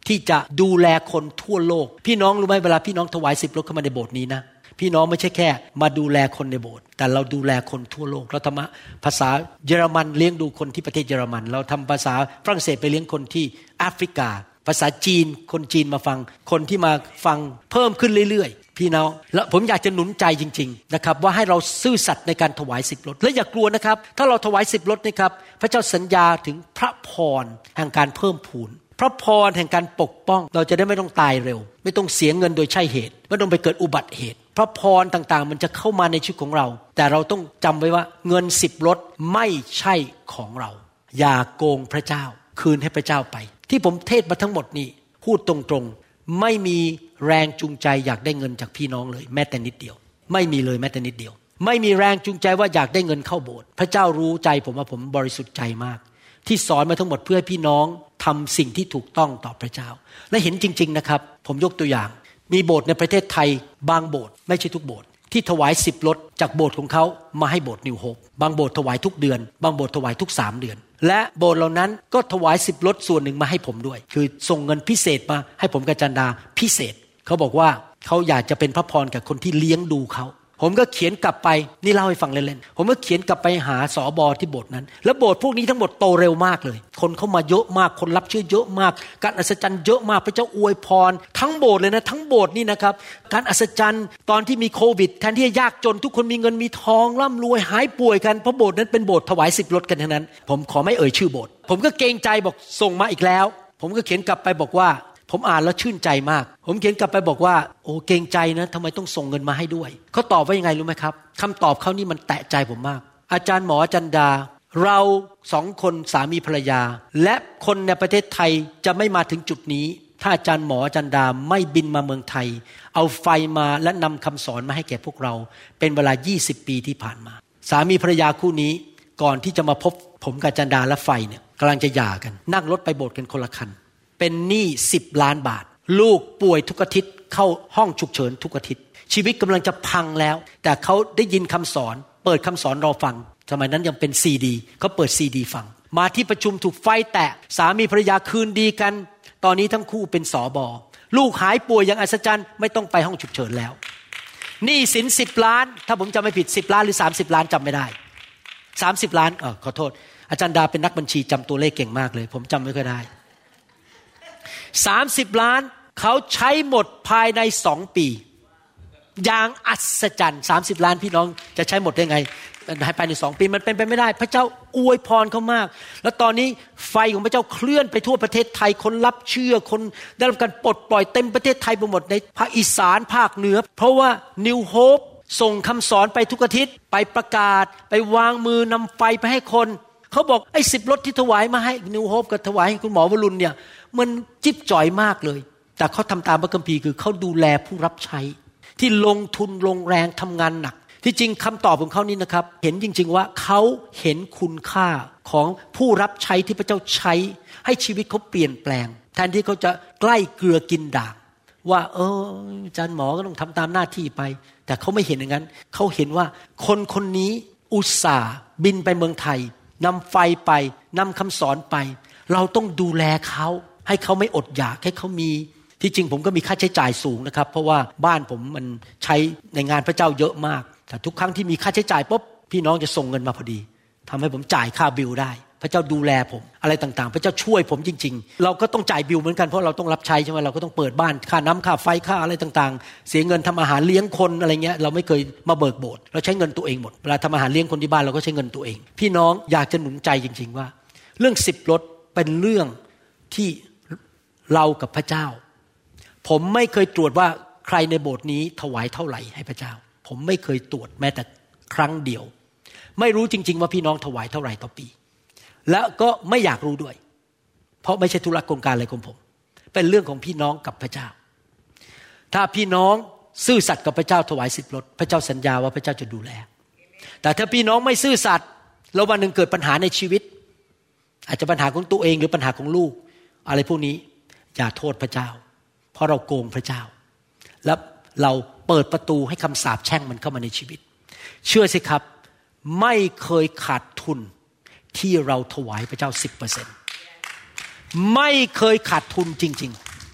ที่จะดูแลคนทั่วโลกพี่น้องรู้ไหมเวลาพี่น้องถวายสิบรถเข้ามาในโบสถ์นี้นะพี่น้องไม่ใช่แค่มาดูแลคนในโบสถ์แต่เราดูแลคนทั่วโลกเราทำภาษาเยอรมันเลี้ยงดูคนที่ประเทศเยอรมันเราทำภาษาฝรั่งเศสไปเลี้ยงคนที่แอฟริกาภาษาจีนคนจีนมาฟังคนที่มาฟังเพิ่มขึ้นเรื่อยๆพี่น้องแล้วผมอยากจะหนุนใจจริงๆนะครับว่าให้เราซื่อสัตย์ในการถวายสิบรถและอย่ากลัวนะครับถ้าเราถวายสิบรถนะครับพระเจ้าสัญญาถึงพระพรแห่งการเพิ่มพูนพระพรแห่งการปกป้องเราจะได้ไม่ต้องตายเร็วไม่ต้องเสียเงินโดยใช่เหตุไม่ต้องไปเกิดอุบัติเหตุพระพรต่างๆมันจะเข้ามาในชีวิตของเราแต่เราต้องจำไว้ว่าเงินสิบรถไม่ใช่ของเราอย่าโกงพระเจ้าคืนให้พระเจ้าไปที่ผมเทศมาทั้งหมดนี้พูดตรงๆไม่มีแรงจูงใจอยากได้เงินจากพี่น้องเลยแม้แต่นิดเดียวไม่มีเลยแม้แต่นิดเดียวไม่มีแรงจูงใจว่าอยากได้เงินเข้าโบสถ์พระเจ้ารู้ใจผมว่าผมบริสุทธิ์ใจมากที่สอนมาทั้งหมดเพื่อให้พี่น้องทำสิ่งที่ถูกต้องต่อพระเจ้าและเห็นจริงๆนะครับผมยกตัวอย่างมีโบสถ์ในประเทศไทยบางโบสถ์ไม่ใช่ทุกโบสถ์ที่ถวายสิบรถจากโบสถ์ของเขามาให้โบสถ์นิวโฮปบางโบสถ์ถวายทุกเดือนบางโบสถ์ถวายทุกสามเดือนและโบสถ์เหล่านั้นก็ถวายสิบรถส่วนหนึ่งมาให้ผมด้วยคือส่งเงินพิเศษมาให้ผมกับจันดาพิเศษเขาบอกว่าเขาอยากจะเป็นพระพรกับคนที่เลี้ยงดูเขาผมก็เขียนกลับไปนี่เล่าให้ฟังเล่นๆผมก็เขียนกลับไปหาสบที่โบสถ์นั้นแล้วโบสถ์พวกนี้ทั้งหมดโตเร็วมากเลยคนเข้ามาเยอะมากคนรับเชื่อเยอะมากการอัศจรรย์เยอะมากพระเจ้าอวยพรทั้งโบสถ์เลยนะทั้งโบสถ์นี่นะครับการอัศจรรย์ตอนที่มีโควิดแทนที่จะยากจนทุกคนมีเงินมีทองร่ำรวยหายป่วยกันเพราะโบสถ์นั้นเป็นโบสถ์ถวายสิบรถกันทั้งนั้นผมขอไม่เอ่ยชื่อโบสถ์ผมก็เกรงใจบอกส่งมาอีกแล้วผมก็เขียนกลับไปบอกว่าผมอ่านแล้วชื่นใจมากผมเขียนกลับไปบอกว่าโอ้เกรงใจนะทำไมต้องส่งเงินมาให้ด้วยเขาตอบว่ายังไงรู้ไหมครับคำตอบเขานี่มันแตะใจผมมากอาจารย์หมอจันดาเราสองคนสามีภรรยาและคนในประเทศไทยจะไม่มาถึงจุดนี้ถ้าอาจารย์หมอจันดาไม่บินมาเมืองไทยเอาไฟมาและนำคำสอนมาให้แก่พวกเราเป็นเวลายี่สิบปีที่ผ่านมาสามีภรรยาคู่นี้ก่อนที่จะมาพบผมกับจันดาและไฟเนี่ยกำลังจะหย่ากันนั่งรถไปโบสถ์กันคนละคันเป็นหนี้สิบล้านบาทลูกป่วยทุกอาทิตย์เข้าห้องฉุกเฉินทุกอาทิตย์ชีวิตกำลังจะพังแล้วแต่เขาได้ยินคำสอนเปิดคำสอนรอฟังสมัยนั้นยังเป็นซีดีเขาเปิดซีดีฟังมาที่ประชุมถูกไฟแตะสามีภรรยาคืนดีกันตอนนี้ทั้งคู่เป็นสบลูกหายป่วยอย่างอัศจรรย์ไม่ต้องไปห้องฉุกเฉินแล้วหนี้สินสิบล้านถ้าผมจำไม่ผิดสิบล้านหรือสามสิบล้านจำไม่ได้สามสิบล้านเออขอโทษอาจารย์ดาเป็นนักบัญชีจำตัวเลขเก่งมากเลยผมจำไม่ค่อยได้สามสิบล้านเขาใช้หมดภายในสองปีอย่างอัศจรรย์สามสิบล้านพี่น้องจะใช้หมดได้ไงภายในสองปีมันเป็นไปไม่ได้พระเจ้าอวยพรเขามากแล้วตอนนี้ไฟของพระเจ้าเคลื่อนไปทั่วประเทศไทยคนรับเชื่อคนได้รับการปลดปล่อยเต็มประเทศไทยไปหมดในภาคอีสานภาคเหนือเพราะว่า New Hope ส่งคำสอนไปทุกอาทิตย์ไปประกาศไปวางมือนำไฟไปให้คนเขาบอกไอ้สิบรถที่ถวายมาให้ New Hope กับถวายให้คุณหมอวรุณเนี่ยมันจิ๊บจ่อยมากเลยแต่เขาทำตามพระคัมภีร์คือเขาดูแลผู้รับใช้ที่ลงทุนลงแรงทำงานหนักที่จริงคำตอบของเขานี่นะครับเห็นจริงๆว่าเขาเห็นคุณค่าของผู้รับใช้ที่พระเจ้าใช้ให้ชีวิตเขาเปลี่ยนแปลงแทนที่เขาจะใกล้เกลือกินด่างว่าเอออาจารย์หมอก็ต้องทำตามหน้าที่ไปแต่เขาไม่เห็นอย่างนั้นเขาเห็นว่าคนคนนี้อุตส่าห์บินไปเมืองไทยนำไฟไปนำคำสอนไปเราต้องดูแลเขาให้เขาไม่อดอยากให้เขามีที่จริงผมก็มีค่าใช้จ่ายสูงนะครับเพราะว่าบ้านผมมันใช้ในงานพระเจ้าเยอะมากแต่ทุกครั้งที่มีค่าใช้จ่ายปุ๊บพี่น้องจะส่งเงินมาพอดีทำให้ผมจ่ายค่าบิลได้พระเจ้าดูแลผมอะไรต่างๆพระเจ้าช่วยผมจริงๆเราก็ต้องจ่ายบิลเหมือนกันเพราะเราต้องรับใช้ใช่ไหมเราก็ต้องเปิดบ้านค่าน้ำค่าไฟค่าอะไรต่างๆเสียเงินทำอาหารเลี้ยงคนอะไรเงี้ยเราไม่เคยมาเบิกโบสถ์เราใช้เงินตัวเองหมดเวลาทำอาหารเลี้ยงคนที่บ้านเราก็ใช้เงินตัวเองพี่น้องอยากจะหนุนใจจริงๆว่าเรื่องสิบรถเป็นเรื่องที่เรากับพระเจ้าผมไม่เคยตรวจว่าใครในโบสถ์นี้ถวายเท่าไหร่ให้พระเจ้าผมไม่เคยตรวจแม้แต่ครั้งเดียวไม่รู้จริงๆว่าพี่น้องถวายเท่าไหร่ต่อปีและก็ไม่อยากรู้ด้วยเพราะไม่ใช่ธุระโครงการอะไรของผมเป็นเรื่องของพี่น้องกับพระเจ้าถ้าพี่น้องซื่อสัตย์กับพระเจ้าถวายสิบรถพระเจ้าสัญญาว่าพระเจ้าจะดูแลแต่ถ้าพี่น้องไม่ซื่อสัตย์แล้ววันหนึ่งเกิดปัญหาในชีวิตอาจจะปัญหาของตัวเองหรือปัญหาของลูกอะไรพวกนี้อย่าโทษพระเจ้าเพราะเราโกงพระเจ้าและเราเปิดประตูให้คำสาปแช่งมันเข้ามาในชีวิตเชื่อสิครับไม่เคยขาดทุนที่เราถวายพระเจ้า สิบเปอร์เซ็นต์ ไม่เคยขาดทุนจริง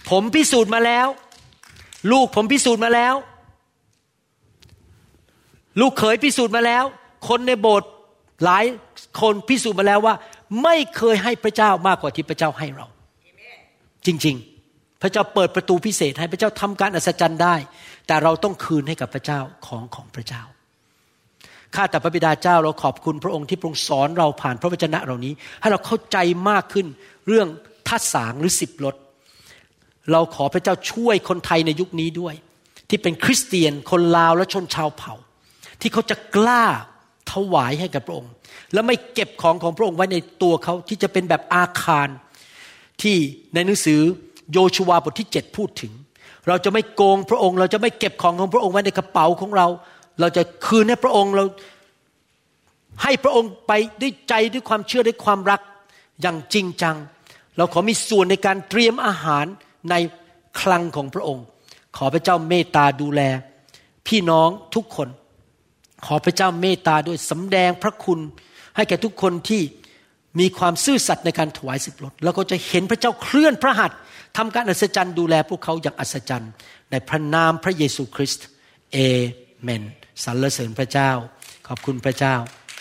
ผมพิสูจน์มาแล้วลูกผมพิสูจน์มาแล้วลูกเขยพิสูจน์มาแล้วคนในโบสถ์หลายคนพิสูจน์มาแล้วว่าไม่เคยให้พระเจ้ามากกว่าที่พระเจ้าให้เราจริงๆพระเจ้าเปิดประตูพิเศษให้พระเจ้าทำการอัศจรรย์ได้แต่เราต้องคืนให้กับพระเจ้าของของพระเจ้าข้าแต่พระบิดาเจ้าเราขอบคุณพระองค์ที่ทรงสอนเราผ่านพระวจนะเหล่านี้ให้เราเข้าใจมากขึ้นเรื่องทัดสางหรือสิบรถเราขอพระเจ้าช่วยคนไทยในยุคนี้ด้วยที่เป็นคริสเตียนคนลาวและชนชาวเผ่าที่เขาจะกล้าถวายให้กับพระองค์และไม่เก็บของของพระองค์ไว้ในตัวเขาที่จะเป็นแบบอาคารที่ในหนังสือโยชูวาบทที่เจ็ดพูดถึงเราจะไม่โกงพระองค์เราจะไม่เก็บของของพระองค์ไว้ในกระเป๋าของเราเราจะคืนให้พระองค์เราให้พระองค์ไปด้วยใจด้วยความเชื่อด้วยความรักอย่างจริงจังเราขอมีส่วนในการเตรียมอาหารในคลังของพระองค์ขอพระเจ้าเมตตาดูแลพี่น้องทุกคนขอพระเจ้าเมตตาด้วยสำแดงพระคุณให้แก่ทุกคนที่มีความซื่อสัตย์ในการถวายสิบรถแล้วก็จะเห็นพระเจ้าเคลื่อนพระหัตถ์ทำการอัศจรรย์ดูแลพวกเขาอย่างอัศจรรย์ในพระนามพระเยซูคริสต์เอเมนสรรเสริญพระเจ้าขอบคุณพระเจ้า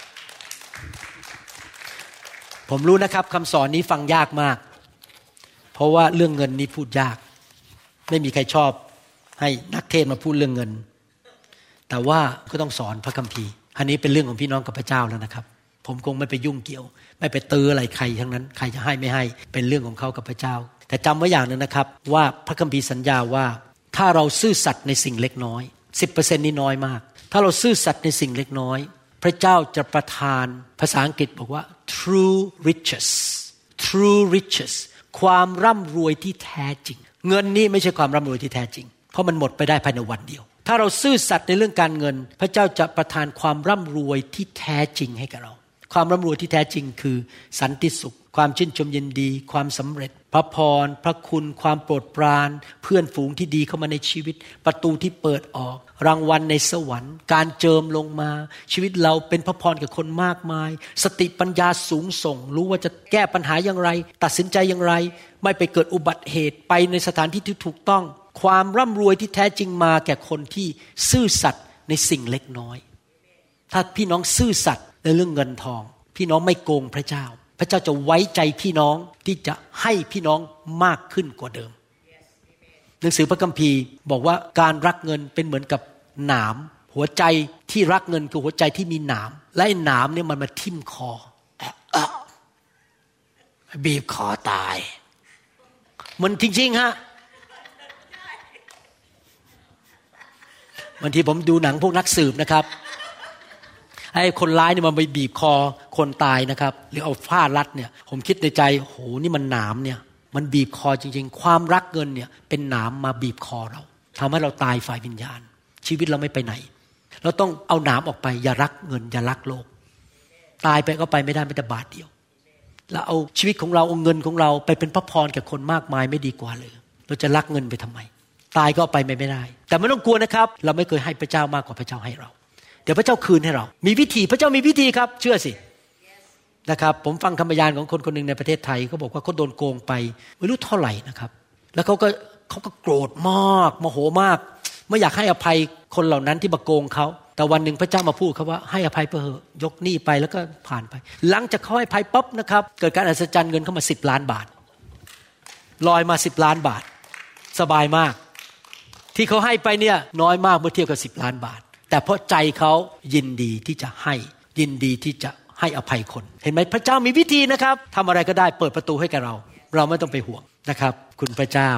ผมรู้นะครับคำสอนนี้ฟังยากมากเพราะว่าเรื่องเงินนี้พูดยากไม่มีใครชอบให้นักเทศน์มาพูดเรื่องเงินแต่ว่าก็ต้องสอนพระคัมภีร์อันนี้เป็นเรื่องของพี่น้องกับพระเจ้าแล้วนะครับผมคงไม่ไปยุ่งเกี่ยวไม่ไปเตือนอะไรใครทั้งนั้นใครจะให้ไม่ให้เป็นเรื่องของเขากับพระเจ้าแต่จำไว้อย่างนึงนะครับว่าพระคัมภีร์สัญญาว่าถ้าเราซื่อสัตย์ในสิ่งเล็กน้อย สิบเปอร์เซ็นต์ นี่น้อยมากถ้าเราซื่อสัตย์ในสิ่งเล็กน้อยพระเจ้าจะประทานภาษาอังกฤษบอกว่า true riches true riches ความร่ำรวยที่แท้จริงเงินนี่ไม่ใช่ความร่ำรวยที่แท้จริงเพราะมันหมดไปได้ภายในวันเดียวถ้าเราซื่อสัตย์ในเรื่องการเงินพระเจ้าจะประทานความร่ำรวยที่แท้จริงให้กับเราความร่ำรวยที่แท้จริงคือสันติสุขความชื่นชมยินดีความสำเร็จพระพรพระคุณความโปรดปรานเพื่อนฝูงที่ดีเข้ามาในชีวิตประตูที่เปิดออกรางวัลในสวรรค์การเจิมลงมาชีวิตเราเป็นพระพรกับคนมากมายสติปัญญาสูงส่งรู้ว่าจะแก้ปัญหาอย่างไรตัดสินใจอย่างไรไม่ไปเกิดอุบัติเหตุไปในสถานที่ที่ถูกต้องความร่ำรวยที่แท้จริงมาแก่คนที่ซื่อสัตย์ในสิ่งเล็กน้อยถ้าพี่น้องซื่อสัตย์ในเรื่องเงินทองพี่น้องไม่โกงพระเจ้าพระเจ้าจะไว้ใจพี่น้องที่จะให้พี่น้องมากขึ้นกว่าเดิมหนังสือพระคัมภีร์บอกว่าการรักเงินเป็นเหมือนกับหนามหัวใจที่รักเงินคือหัวใจที่มีหนามและไอ้หนามเนี่ยมันมาทิ่มคอบีบคอตายมันจริงๆฮะบางทีผมดูหนังพวกนักสืบนะครับไอ้คนร้ายเนี่ยมันไปบีบคอคนตายนะครับหรือเอาผ้ารัดเนี่ยผมคิดในใจโหนี่มันหนามเนี่ยมันบีบคอจริงๆความรักเงินเนี่ยเป็นหนามมาบีบคอเราทำให้เราตายฝ่ายวิญญาณชีวิตเราไม่ไปไหนเราต้องเอาหนามออกไปอย่ารักเงินอย่ารักโลกตายไปก็ไปไม่ได้ไม่แต่บาทเดียวแล้วเอาชีวิตของเราเอาเงินของเราไปเป็นพระพรแก่คนมากมายไม่ดีกว่าเลยเราจะรักเงินไปทำไมตายก็ไปไม่ได้แต่ไม่ต้องกลัวนะครับเราไม่เคยให้พระเจ้ามากกว่าพระเจ้าให้เราเดี๋ยวพระเจ้าคืนให้เรามีวิธีพระเจ้ามีวิธีครับเชื่อสินะครับผมฟังคำบรรยายของคนคนหนึ่งในประเทศไทยเขาบอกว่าเขาโดนโกงไปไม่รู้เท่าไหร่นะครับแล้วเขาก็เขาก็โกรธมากโมโหมากไม่อยากให้อภัยคนเหล่านั้นที่มาโกงเขาแต่วันหนึ่งพระเจ้ามาพูดเขาว่าให้อภัยไปเถอะยกหนี้ไปแล้วก็ผ่านไปหลังจากเขาให้อภัยปั๊บนะครับเกิดการอัศจรรย์เงินเข้ามาสิบล้านบาทลอยมาสิบล้านบาทสบายมากที่เขาให้ไปเนี่ยน้อยมากเมื่อเทียบกับสิบล้านบาทแต่เพราะใจเขายินดีที่จะให้ยินดีที่จะให้อภัยคนเห็นไหมพระเจ้ามีวิธีนะครับทำอะไรก็ได้เปิดประตูให้กับเราเราไม่ต้องไปห่วงนะครับคุณพระเจ้า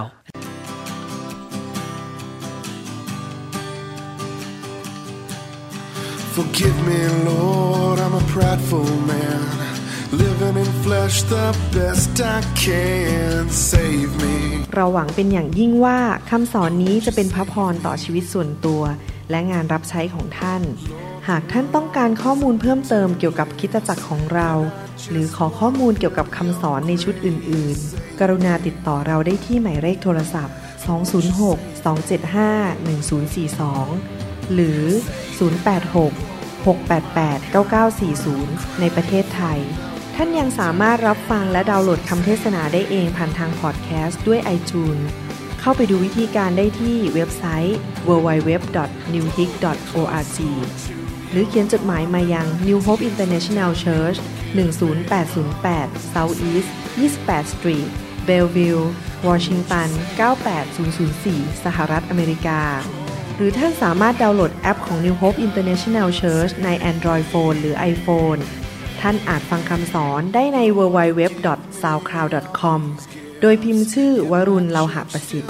Forgive me, Lord, I'm a prideful man, living in flesh the best I can. Save me. เราหวังเป็นอย่างยิ่งว่าคำสอนนี้จะเป็นพระพรต่อชีวิตส่วนตัวและงานรับใช้ของท่านหากท่านต้องการข้อมูลเพิ่มเติมเกี่ยวกับคริสตจักรของเราหรือขอข้อมูลเกี่ยวกับคำสอนในชุดอื่นๆกรุณาติดต่อเราได้ที่หมายเลขโทรศัพท์สอง ศูนย์ หก สอง เจ็ด ห้า หนึ่ง ศูนย์ สี่ สองหรือศูนย์ แปด หก หก แปด แปด เก้า เก้า สี่ ศูนย์ในประเทศไทยท่านยังสามารถรับฟังและดาวน์โหลดคำเทศนาได้เองผ่านทางพอดแคสต์ด้วย iTunes เข้าไปดูวิธีการได้ที่เว็บไซต์ ดับเบิลยู ดับเบิลยู ดับเบิลยู ดอท นิว โฮป ดอท โอ อาร์ จี หรือเขียนจดหมายมายัง New Hope International Church หนึ่งศูนย์แปดศูนย์แปด South East ยี่สิบแปด Street Bellevue Washington เก้าแปดศูนย์ศูนย์สี่ สหรัฐอเมริกาหรือท่านสามารถดาวน์โหลดแอปของ New Hope International Church ใน Android Phone หรือ iPhone ท่านอาจฟังคำสอนได้ใน ดับเบิลยู ดับเบิลยู ดับเบิลยู ดอท ซาวด์คลาวด์ ดอท คอม โดยพิมพ์ชื่อวรุณ เลาหะประสิทธิ์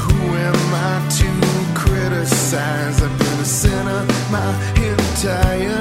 I've been a sinner my entire